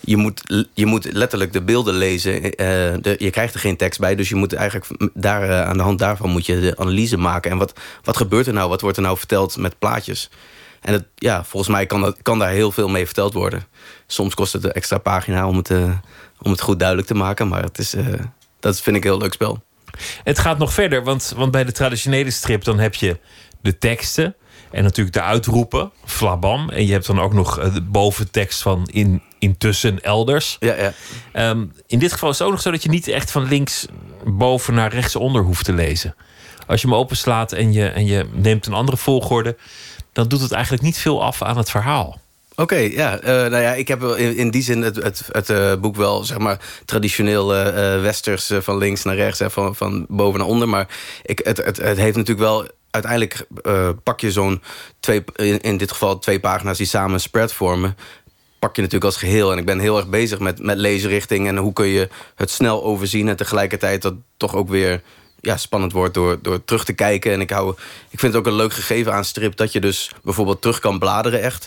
je moet letterlijk de beelden lezen. Je krijgt er geen tekst bij, dus je moet eigenlijk aan de hand daarvan moet je de analyse maken. En wat gebeurt er nou? Wat wordt er nou verteld met plaatjes? En volgens mij kan daar heel veel mee verteld worden. Soms kost het een extra pagina om het goed duidelijk te maken. Maar dat vind ik een heel leuk spel. Het gaat nog verder, want bij de traditionele strip... dan heb je de teksten en natuurlijk de uitroepen, flabam. En je hebt dan ook nog de boventekst van intussen elders. Ja. In dit geval is het ook nog zo dat je niet echt van links boven naar rechts onder hoeft te lezen. Als je hem openslaat en je neemt een andere volgorde... dan doet het eigenlijk niet veel af aan het verhaal. Oké, ik heb in die zin het boek wel, zeg maar, traditioneel westers van links naar rechts en van boven naar onder. Maar het heeft natuurlijk wel, uiteindelijk pak je in dit geval 2 pagina's die samen een spread vormen. Pak je natuurlijk als geheel. En ik ben heel erg bezig met leesrichting en hoe kun je het snel overzien en tegelijkertijd dat toch ook weer... spannend wordt door terug te kijken. En ik vind het ook een leuk gegeven aan strip... dat je dus bijvoorbeeld terug kan bladeren echt.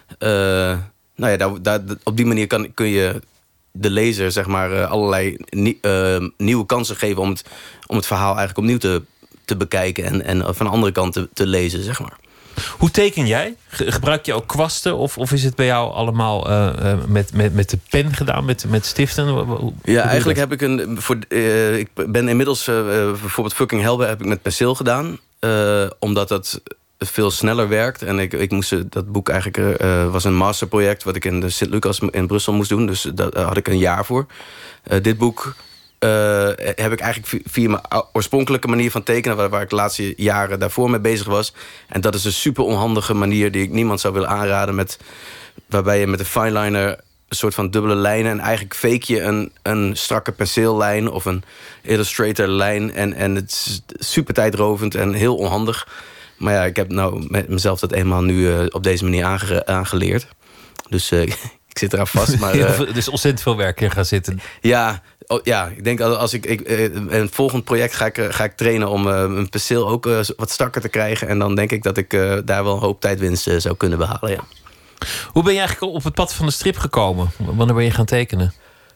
Op die manier kun je de lezer zeg maar allerlei nieuwe kansen geven... om het verhaal eigenlijk opnieuw te bekijken... en van de andere kant te lezen, zeg maar. Hoe teken jij? Gebruik je ook kwasten? Of is het bij jou allemaal met de pen gedaan, met stiften? Ja, eigenlijk heb ik ik ben inmiddels bijvoorbeeld Fucking Hell heb ik met penseel gedaan. Omdat dat veel sneller werkt. En ik moest dat boek eigenlijk... was een masterproject wat ik in de Sint-Lucas in Brussel moest doen. Dus daar had ik een jaar voor. Dit boek... heb ik eigenlijk via mijn oorspronkelijke manier van tekenen... waar ik de laatste jaren daarvoor mee bezig was. En dat is een super onhandige manier... die ik niemand zou willen aanraden... waarbij je met een fineliner een soort van dubbele lijnen... en eigenlijk fake je een strakke penseellijn... of een Illustrator-lijn. En het is super tijdrovend en heel onhandig. Maar ja, ik heb nou met mezelf dat eenmaal nu op deze manier aangeleerd. Dus... ik zit eraan vast. Maar, dus ontzettend veel werk in gaan zitten. Ja, ik denk als ik een volgend project ga ik trainen om mijn penseel ook wat strakker te krijgen. En dan denk ik dat ik daar wel een hoop tijdwinst zou kunnen behalen. Ja. Hoe ben je eigenlijk op het pad van de strip gekomen? Wanneer ben je gaan tekenen?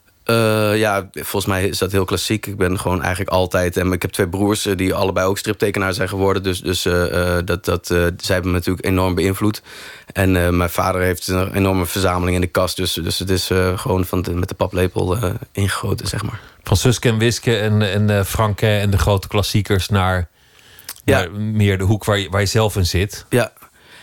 Volgens mij is dat heel klassiek. Ik ben gewoon eigenlijk altijd... En ik heb 2 broers die allebei ook striptekenaar zijn geworden. Dus zij hebben me natuurlijk enorm beïnvloed. En mijn vader heeft een enorme verzameling in de kast. Dus het is gewoon met de paplepel ingegoten, zeg maar. Van Suske en Wiske en Franke en de grote klassiekers naar meer de hoek waar je zelf in zit. Ja.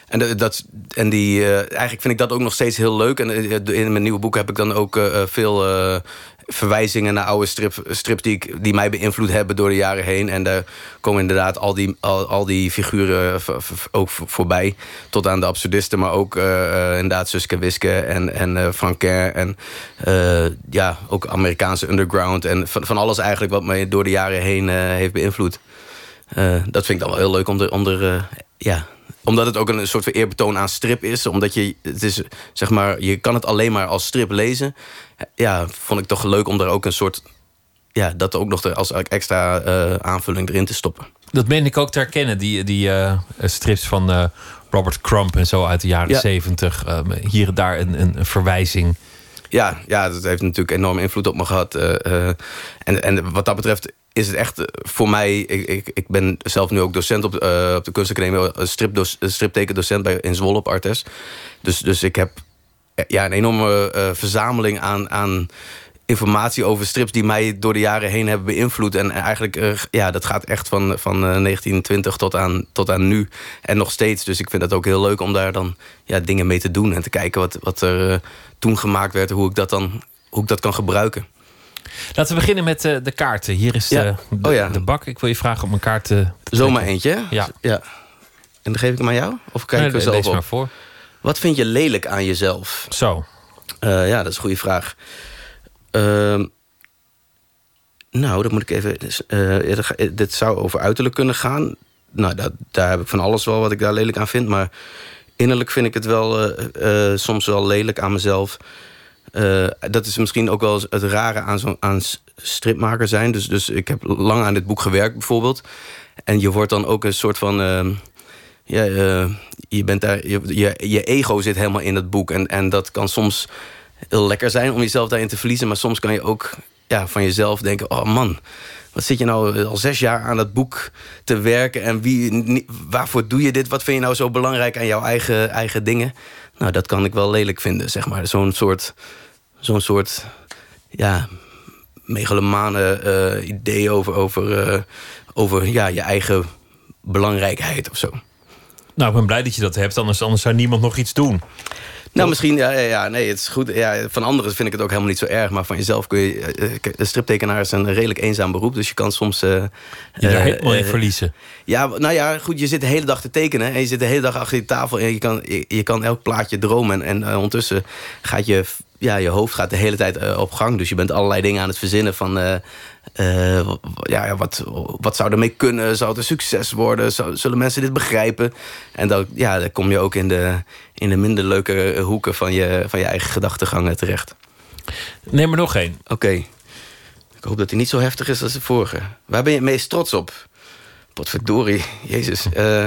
Eigenlijk vind ik dat ook nog steeds heel leuk. En in mijn nieuwe boek heb ik dan ook veel verwijzingen naar oude strips die mij beïnvloed hebben door de jaren heen. En daar komen inderdaad al die figuren ook voorbij. Tot aan de absurdisten, maar ook inderdaad Suske en Wiske en Franquin. En ook Amerikaanse underground. En van alles eigenlijk wat mij door de jaren heen heeft beïnvloed. Dat vind ik dan wel heel leuk omdat het ook een soort van eerbetoon aan strip is. Omdat het is, zeg maar, je kan het alleen maar als strip lezen. Ja, vond ik toch leuk om er ook een soort... Ja, dat ook nog als extra aanvulling erin te stoppen. Dat meen ik ook te herkennen. Die strips van Robert Crumb en zo uit de jaren 70. Hier en daar een verwijzing. Ja, dat heeft natuurlijk enorm invloed op me gehad. En wat dat betreft is het echt voor mij... Ik ben zelf nu ook docent op de kunstacademie... striptekendocent in Zwolle op Artes. Dus ik heb een enorme verzameling aan informatie over strips... die mij door de jaren heen hebben beïnvloed. En eigenlijk, dat gaat echt van 1920 tot aan nu. En nog steeds. Dus ik vind het ook heel leuk om daar dan dingen mee te doen... en te kijken wat er toen gemaakt werd... hoe ik dat kan gebruiken. Laten we beginnen met de kaarten. Hier is de bak. Ik wil je vragen om een kaart te zomaar eentje? Ja. En dan geef ik hem aan jou? Of kijk ik er zelf op? Lees maar voor. Wat vind je lelijk aan jezelf? Zo. Dat is een goede vraag. Dat moet ik even... dit zou over uiterlijk kunnen gaan. Nou, daar heb ik van alles wel wat ik daar lelijk aan vind. Maar innerlijk vind ik het wel soms wel lelijk aan mezelf... dat is misschien ook wel het rare aan stripmaker zijn. Dus ik heb lang aan dit boek gewerkt bijvoorbeeld. En je wordt dan ook een soort van... je bent daar, je ego zit helemaal in het boek. En dat kan soms heel lekker zijn om jezelf daarin te verliezen. Maar soms kan je ook van jezelf denken... oh man, wat zit je nou al 6 jaar aan dat boek te werken... en waarvoor doe je dit? Wat vind je nou zo belangrijk aan jouw eigen dingen? Nou, dat kan ik wel lelijk vinden, zeg maar. Zo'n soort megalomane idee over je eigen belangrijkheid of zo. Nou, ik ben blij dat je dat hebt, anders zou niemand nog iets doen. Nou, misschien, nee, het is goed. Ja, van anderen vind ik het ook helemaal niet zo erg. Maar van jezelf kun je... De striptekenaar is een redelijk eenzaam beroep. Dus je kan soms... je daar helemaal in verliezen. Ja, goed, je zit de hele dag te tekenen. En je zit de hele dag achter je tafel. En je kan elk plaatje dromen. En ondertussen gaat je hoofd gaat de hele tijd op gang. Dus je bent allerlei dingen aan het verzinnen van... wat zou ermee kunnen? Zou het een succes worden? Zullen mensen dit begrijpen? En dan kom je ook in de minder leuke hoeken van je eigen gedachtegang terecht. Neem er nog één. Oké. Ik hoop dat hij niet zo heftig is als de vorige. Waar ben je het meest trots op? Potverdorie, Jezus.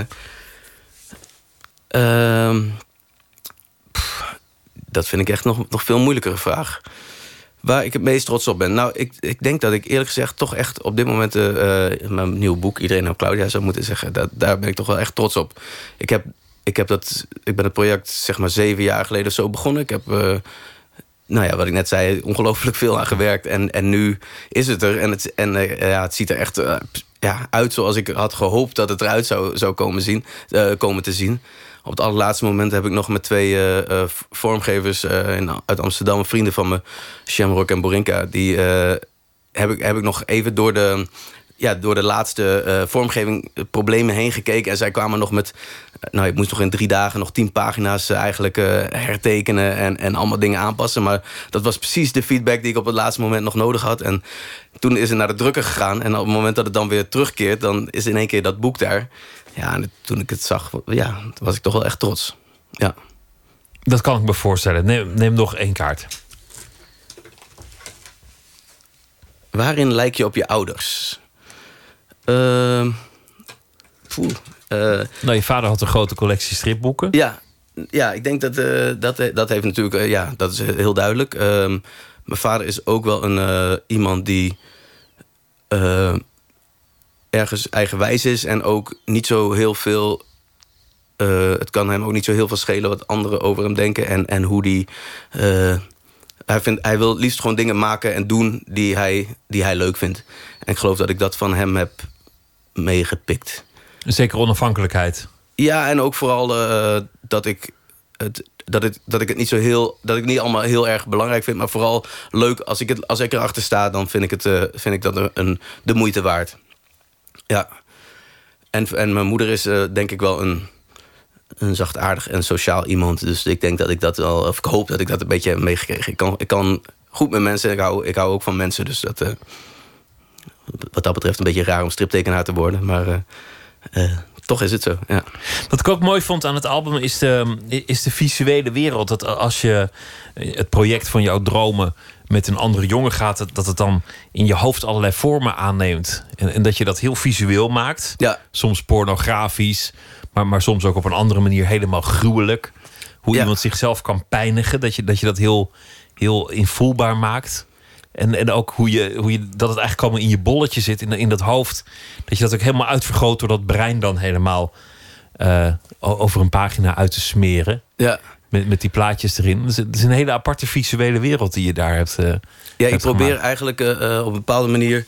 Dat vind ik echt nog veel moeilijkere vraag. Waar ik het meest trots op ben? Nou, ik denk dat ik eerlijk gezegd toch echt op dit moment... mijn nieuwe boek, Iedereen nou Claudia, zou moeten zeggen... daar ben ik toch wel echt trots op. Ik ben het project zeg maar 7 jaar geleden of zo begonnen. Ik heb, wat ik net zei, ongelooflijk veel aan gewerkt. En nu is het er. En het ziet er echt uit zoals ik had gehoopt dat het eruit zou komen te zien. Op het allerlaatste moment heb ik nog met 2 vormgevers uit Amsterdam... vrienden van me, Shamrock en Borinka... die heb ik nog even door de laatste vormgeving problemen heen gekeken. En zij kwamen nog met... ik moest nog in 3 dagen nog 10 pagina's eigenlijk hertekenen... en allemaal dingen aanpassen. Maar dat was precies de feedback die ik op het laatste moment nog nodig had. En toen is het naar de drukker gegaan. En op het moment dat het dan weer terugkeert... dan is in één keer dat boek daar... Ja, en toen ik het zag, was ik toch wel echt trots. Ja. Dat kan ik me voorstellen. Neem nog 1 kaart. Waarin lijk je op je ouders? Je vader had een grote collectie stripboeken. Ja, ik denk dat heeft natuurlijk... dat is heel duidelijk. Mijn vader is ook wel iemand die... ergens eigenwijs is en ook niet zo heel veel... het kan hem ook niet zo heel veel schelen wat anderen over hem denken... en hoe die... Hij wil het liefst gewoon dingen maken en doen die hij leuk vindt. En ik geloof dat ik dat van hem heb meegepikt. Zeker onafhankelijkheid. Ja, en ook vooral dat ik het niet zo heel... dat ik niet allemaal heel erg belangrijk vind... maar vooral leuk, als ik erachter sta... dan vind ik dat de moeite waard. Ja. En mijn moeder is denk ik wel een zachtaardig en sociaal iemand. Dus ik denk dat ik dat wel... of ik hoop dat ik dat een beetje heb meegekregen. Ik kan goed met mensen. Ik hou ook van mensen. Dus dat... wat dat betreft een beetje raar om striptekenaar te worden. Maar toch is het zo, ja. Wat ik ook mooi vond aan het album is de visuele wereld. Dat als je het project van jouw dromen met een andere jongen gaat... dat het dan in je hoofd allerlei vormen aanneemt. En dat je dat heel visueel maakt. Ja. Soms pornografisch, maar soms ook op een andere manier helemaal gruwelijk. Hoe iemand zichzelf kan pijnigen. Dat je dat heel, heel invoelbaar maakt. En ook hoe je dat het eigenlijk allemaal in je bolletje zit, in dat hoofd. Dat je dat ook helemaal uitvergroot door dat brein dan helemaal over een pagina uit te smeren. Ja. Met die plaatjes erin. Dus het is een hele aparte visuele wereld die je daar hebt. Ik probeer eigenlijk op een bepaalde manier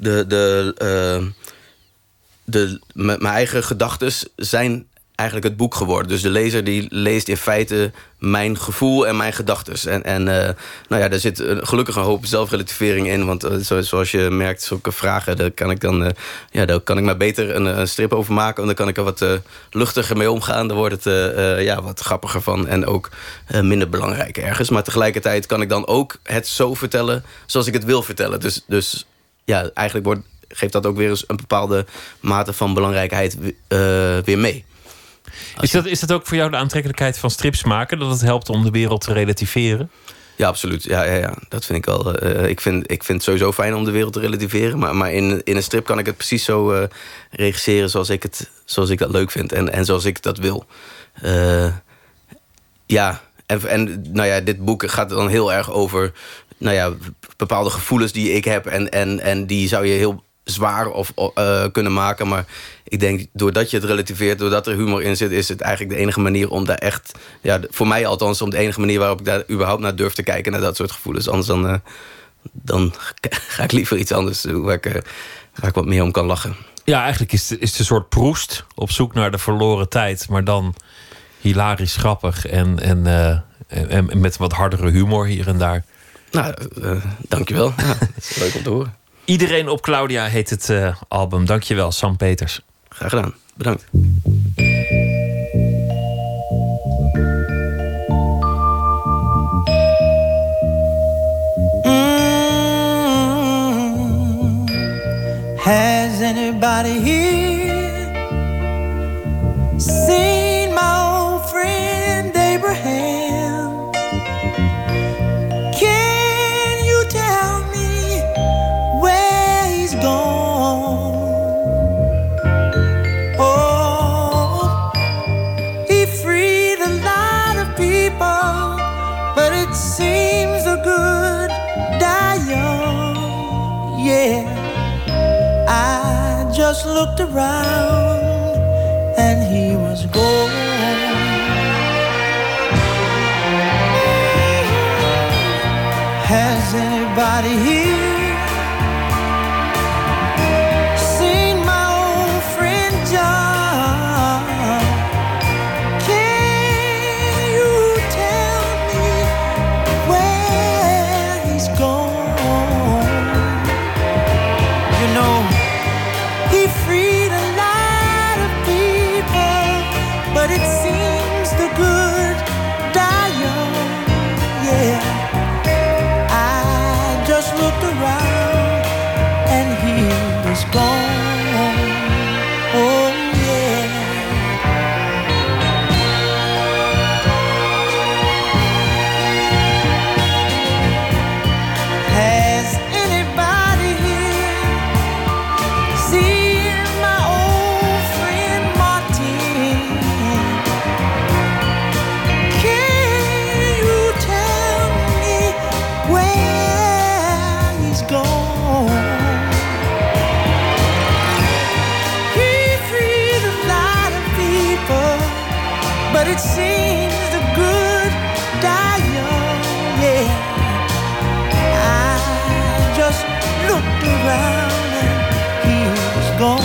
mijn eigen gedachtes zijn eigenlijk het boek geworden. Dus de lezer die leest in feite mijn gevoel en mijn gedachtes. En daar zit gelukkig een hoop zelfrelativering in. Want zoals je merkt, zulke vragen... daar kan ik maar beter een strip over maken. En dan kan ik er wat luchtiger mee omgaan. Dan wordt het wat grappiger van. En ook minder belangrijk ergens. Maar tegelijkertijd kan ik dan ook het zo vertellen zoals ik het wil vertellen. Dus eigenlijk geeft dat ook weer eens een bepaalde mate van belangrijkheid weer mee. Is dat ook voor jou de aantrekkelijkheid van strips maken? Dat het helpt om de wereld te relativeren? Ja, absoluut. Ja. Dat vind ik wel. Ik vind het sowieso fijn om de wereld te relativeren. Maar in een strip kan ik het precies zo regisseren zoals ik dat leuk vind. En zoals ik dat wil. Dit boek gaat dan heel erg over bepaalde gevoelens die ik heb. En die zou je heel zwaar kunnen maken. Maar ik denk, doordat je het relativeert, doordat er humor in zit, is het eigenlijk de enige manier om daar echt... voor mij althans, om de enige manier waarop ik daar überhaupt naar durf te kijken, naar dat soort gevoelens. Anders dan ga ik liever iets anders doen waar ik wat meer om kan lachen. Ja, eigenlijk is het een soort Proest op zoek naar de verloren tijd, maar dan hilarisch grappig en met wat hardere humor hier en daar. Nou, dankjewel. Ja, dat is leuk om te horen. Iedereen op Claudia heet het album. Dankjewel, Sam Peters. Graag gedaan. Bedankt. Has anybody here seen my old friend Abraham? Can you tell me where he's gone? Oh, he freed a lot of people, but it seems the good die young. Yeah, I just looked around and he was gone. Has anybody here seen my old friend John? Can you tell me where he's gone? You know, he freed a lot of people, but it seems the good die young. Yeah, I just looked around but it seems the good die young. Yeah, I just looked around and he was gone.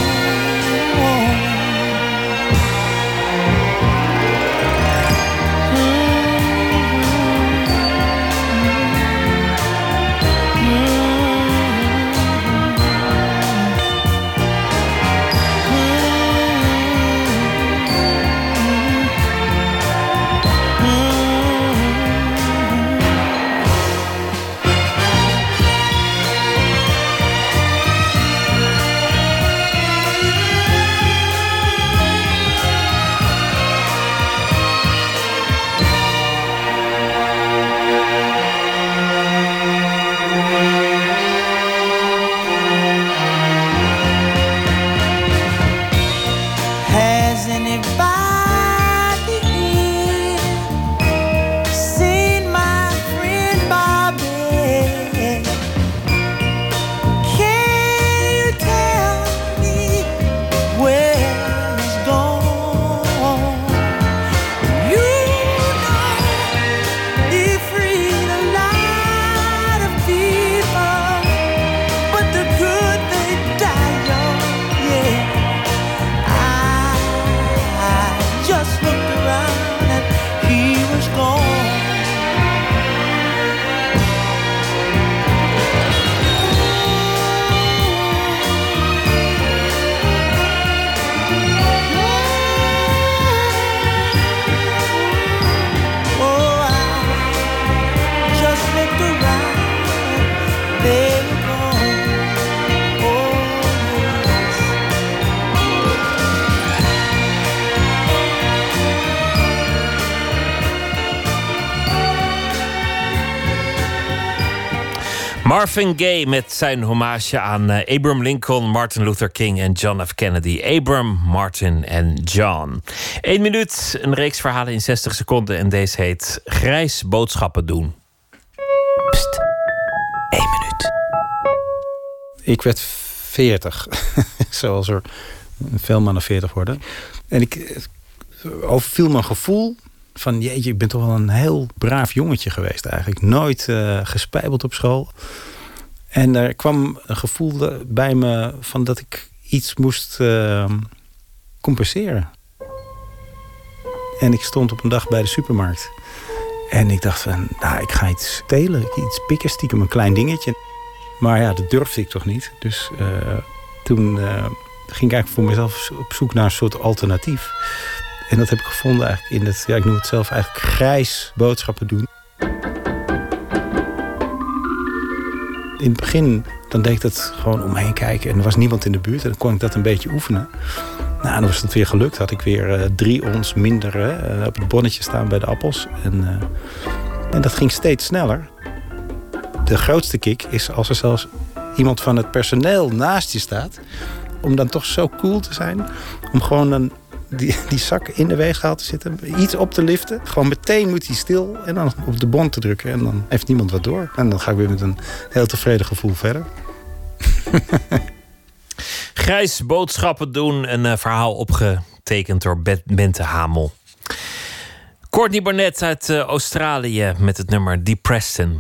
Marvin Gaye met zijn hommage aan Abraham Lincoln, Martin Luther King en John F. Kennedy. Abraham, Martin en John. 1 minuut, een reeks verhalen in 60 seconden. En deze heet Grijs boodschappen doen. Pst, 1 minuut. Ik werd 40. Zoals er veel mannen 40 worden. En ik overviel mijn gevoel van jeetje, ik ben toch wel een heel braaf jongetje geweest eigenlijk. Nooit gespijbeld op school. En er kwam een gevoel bij me van dat ik iets moest compenseren. En ik stond op een dag bij de supermarkt. En ik dacht van, nou, ik ga iets stelen. Iets pikken, stiekem een klein dingetje. Maar ja, dat durfde ik toch niet. Dus toen ging ik eigenlijk voor mezelf op zoek naar een soort alternatief. En dat heb ik gevonden eigenlijk in het, ja, ik noem het zelf eigenlijk grijs boodschappen doen. In het begin, dan deed ik dat gewoon om me heen kijken. En er was niemand in de buurt. En dan kon ik dat een beetje oefenen. Nou, dan was het weer gelukt. Had ik weer 3 ons minder op het bonnetje staan bij de appels. En dat ging steeds sneller. De grootste kick is als er zelfs iemand van het personeel naast je staat. Om dan toch zo cool te zijn. Om gewoon dan die zak in de weegschaal te zitten. Iets op te liften. Gewoon meteen moet hij stil. En dan op de bon te drukken. En dan heeft niemand wat door. En dan ga ik weer met een heel tevreden gevoel verder. Grijs boodschappen doen. Een verhaal opgetekend door Bente Hamel. Courtney Barnett uit Australië met het nummer Depression.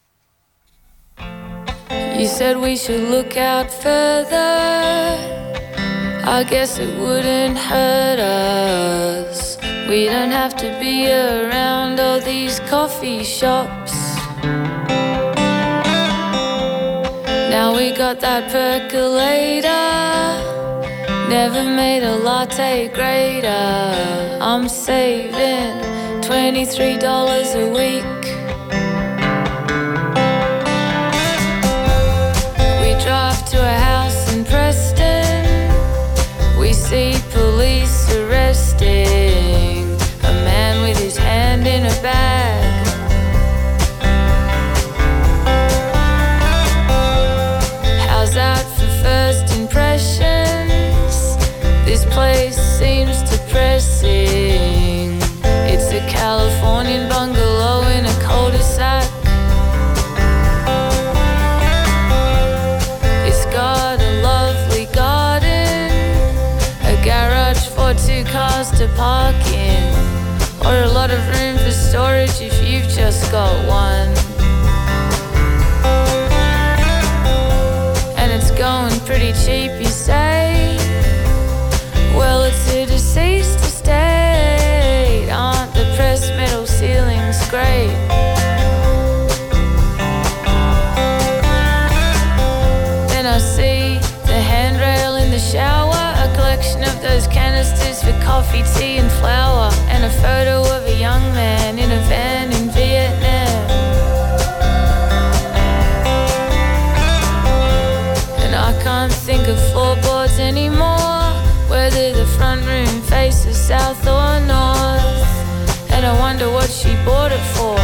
You said we should look out further. I guess it wouldn't hurt us. We don't have to be around all these coffee shops. Now we got that percolator. Never made a latte greater. I'm saving $23 a week. We drive to a house in Preston. We see police arresting a man with his hand in a bag. How's that for first impressions? This place seems depressing. It's a Californian bungalow in a cul-de-sac. It's got a lovely garden, a garage for 2 cars to park in. lot of room for storage if you've just got one. And it's going pretty cheap, you say. Well, it's a deceased estate. Aren't the pressed metal ceilings great? Then I see the handrail in the shower, a collection of those canisters for coffee, tea and flour, and a photo of a young man in a van in Vietnam. And I can't think of floorboards anymore, whether the front room faces south or north. And I wonder what she bought it for.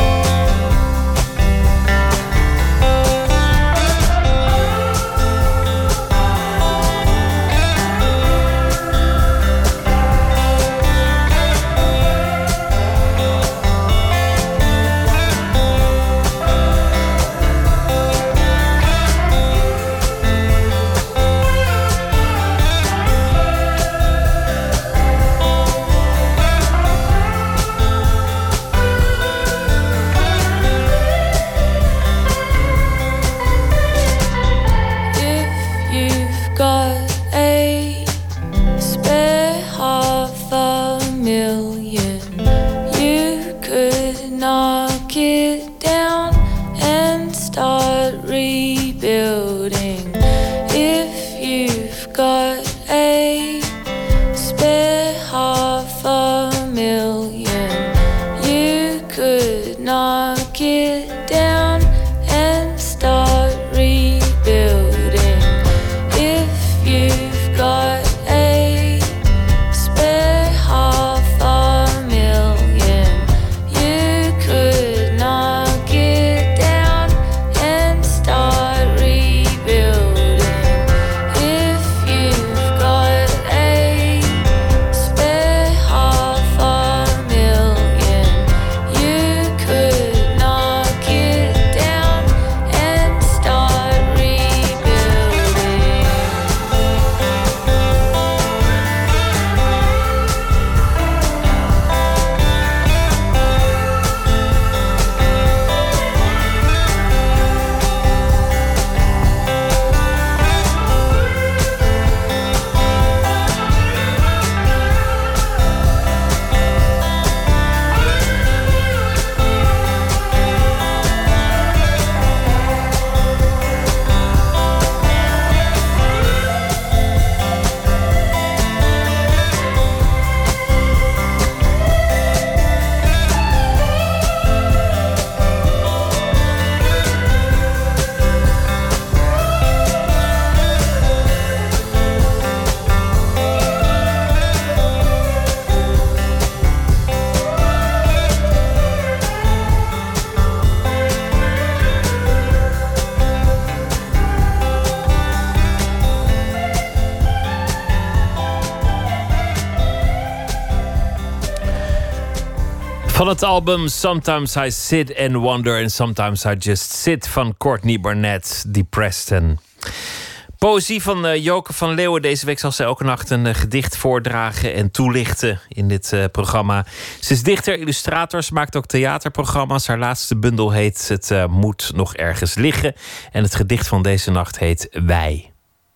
Van het album Sometimes I Sit and Wonder and Sometimes I Just Sit van Courtney Barnett, Depreston. Poëzie van Joke van Leeuwen. Deze week zal ze elke nacht een gedicht voordragen en toelichten in dit programma. Ze is dichter, illustrator, ze maakt ook theaterprogramma's. Haar laatste bundel heet Het moet nog ergens liggen. En het gedicht van deze nacht heet Wij.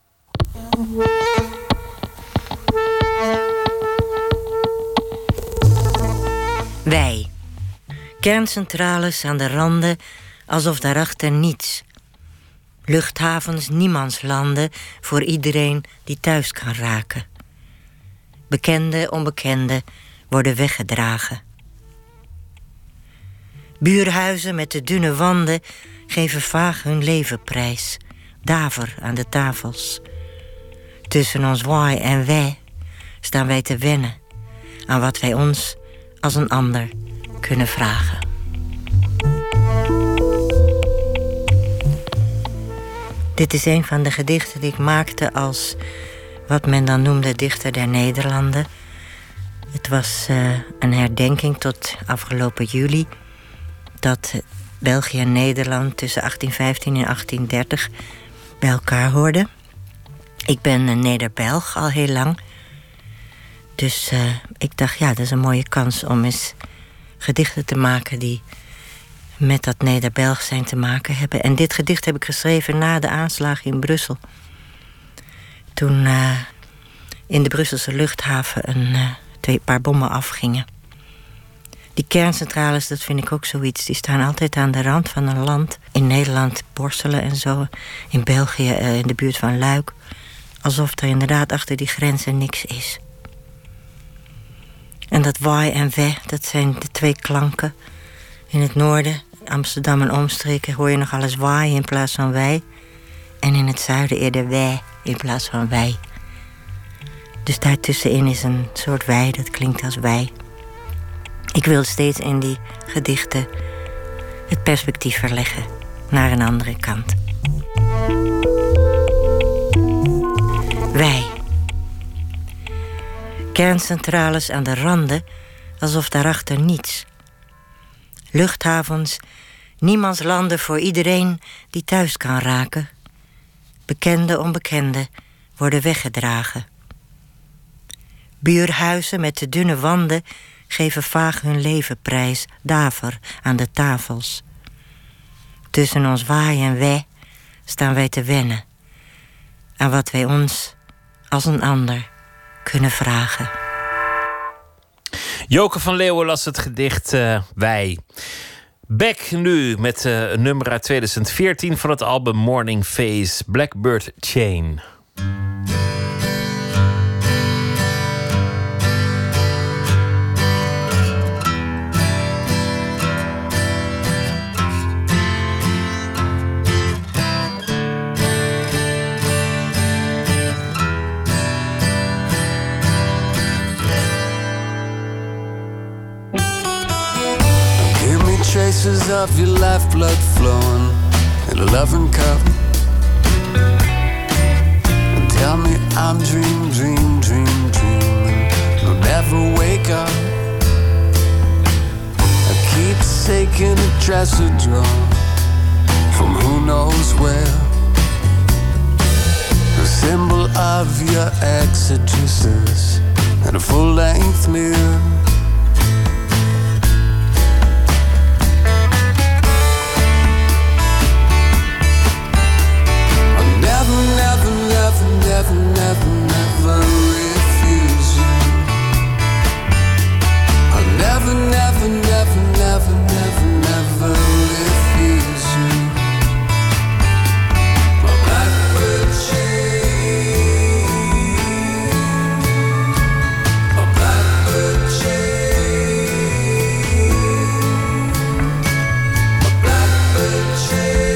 Wij. Kerncentrales aan de randen, alsof daarachter niets. Luchthavens, niemandslanden voor iedereen die thuis kan raken. Bekende, onbekende worden weggedragen. Buurhuizen met de dunne wanden geven vaag hun leven prijs. Daver aan de tafels. Tussen ons wij en wij staan wij te wennen aan wat wij ons als een ander kunnen vragen. Dit is een van de gedichten die ik maakte als wat men dan noemde dichter der Nederlanden. Het was een herdenking tot afgelopen juli dat België en Nederland tussen 1815 en 1830 bij elkaar hoorden. Ik ben een Neder-Belg al heel lang. Dus ik dacht, ja, dat is een mooie kans om eens gedichten te maken die met dat Neder-Belgisch zijn te maken hebben. En dit gedicht heb ik geschreven na de aanslagen in Brussel. Toen in de Brusselse luchthaven een paar bommen afgingen. Die kerncentrales, dat vind ik ook zoiets. Die staan altijd aan de rand van een land. In Nederland Borselen en zo. In België in de buurt van Luik. Alsof er inderdaad achter die grenzen niks is. En dat waai en we, dat zijn de twee klanken. In het noorden, Amsterdam en omstreken, hoor je nog alles waaien in plaats van wij. En in het zuiden eerder wij in plaats van wij. Dus daartussenin is een soort wij, dat klinkt als wij. Ik wil steeds in die gedichten het perspectief verleggen naar een andere kant. Wij. Kerncentrales aan de randen, alsof daarachter niets. Luchthavens, niemands landen voor iedereen die thuis kan raken. Bekende onbekenden worden weggedragen. Buurhuizen met de dunne wanden geven vaag hun leven prijs, daver aan de tafels. Tussen ons waai en wij staan wij te wennen aan wat wij ons als een ander kunnen vragen. Joke van Leeuwen las het gedicht Wij. Beck nu met een nummer uit 2014 van het album Morning Phase, Blackbird Chain. Traces of your lifeblood flowing in a loving cup. And tell me I'm dreaming. I'll never wake up. I keep taking a dresser drawer from who knows where. A symbol of your exegesis and a full-length mirror. Never refuse you. I'll never refuse you. My blackbird chain, my blackbird chain, my blackbird chain.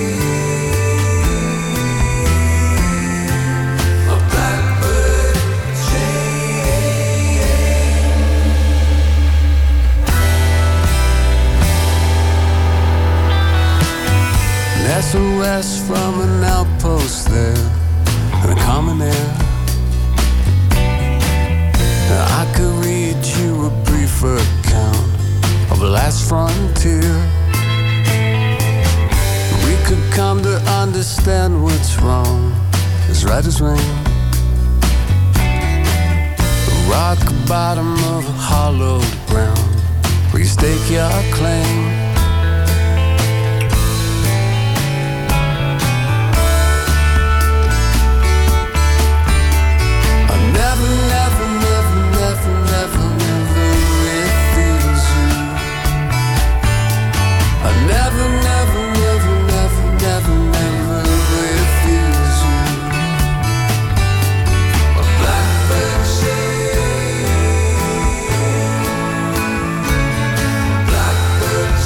SOS from an outpost there in a common air. I could read you a brief account of the last frontier. We could come to understand what's wrong, as right as rain. The rock bottom of a hollowed ground where you stake your claim. Blackbird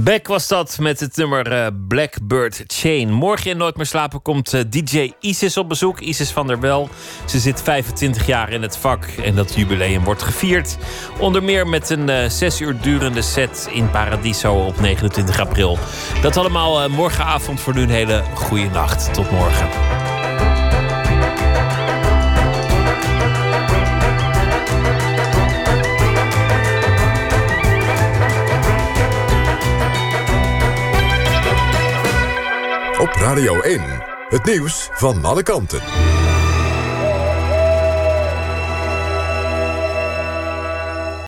Beck was dat met het nummer Blackbird Chain. Morgen in Nooit meer slapen komt DJ Isis op bezoek. Isis van der Wel. Ze zit 25 jaar in het vak en dat jubileum wordt gevierd. Onder meer met een 6 uur durende set in Paradiso op 29 april. Dat allemaal morgenavond. Voor nu een hele goede nacht. Tot morgen. Op Radio 1, het nieuws van alle kanten.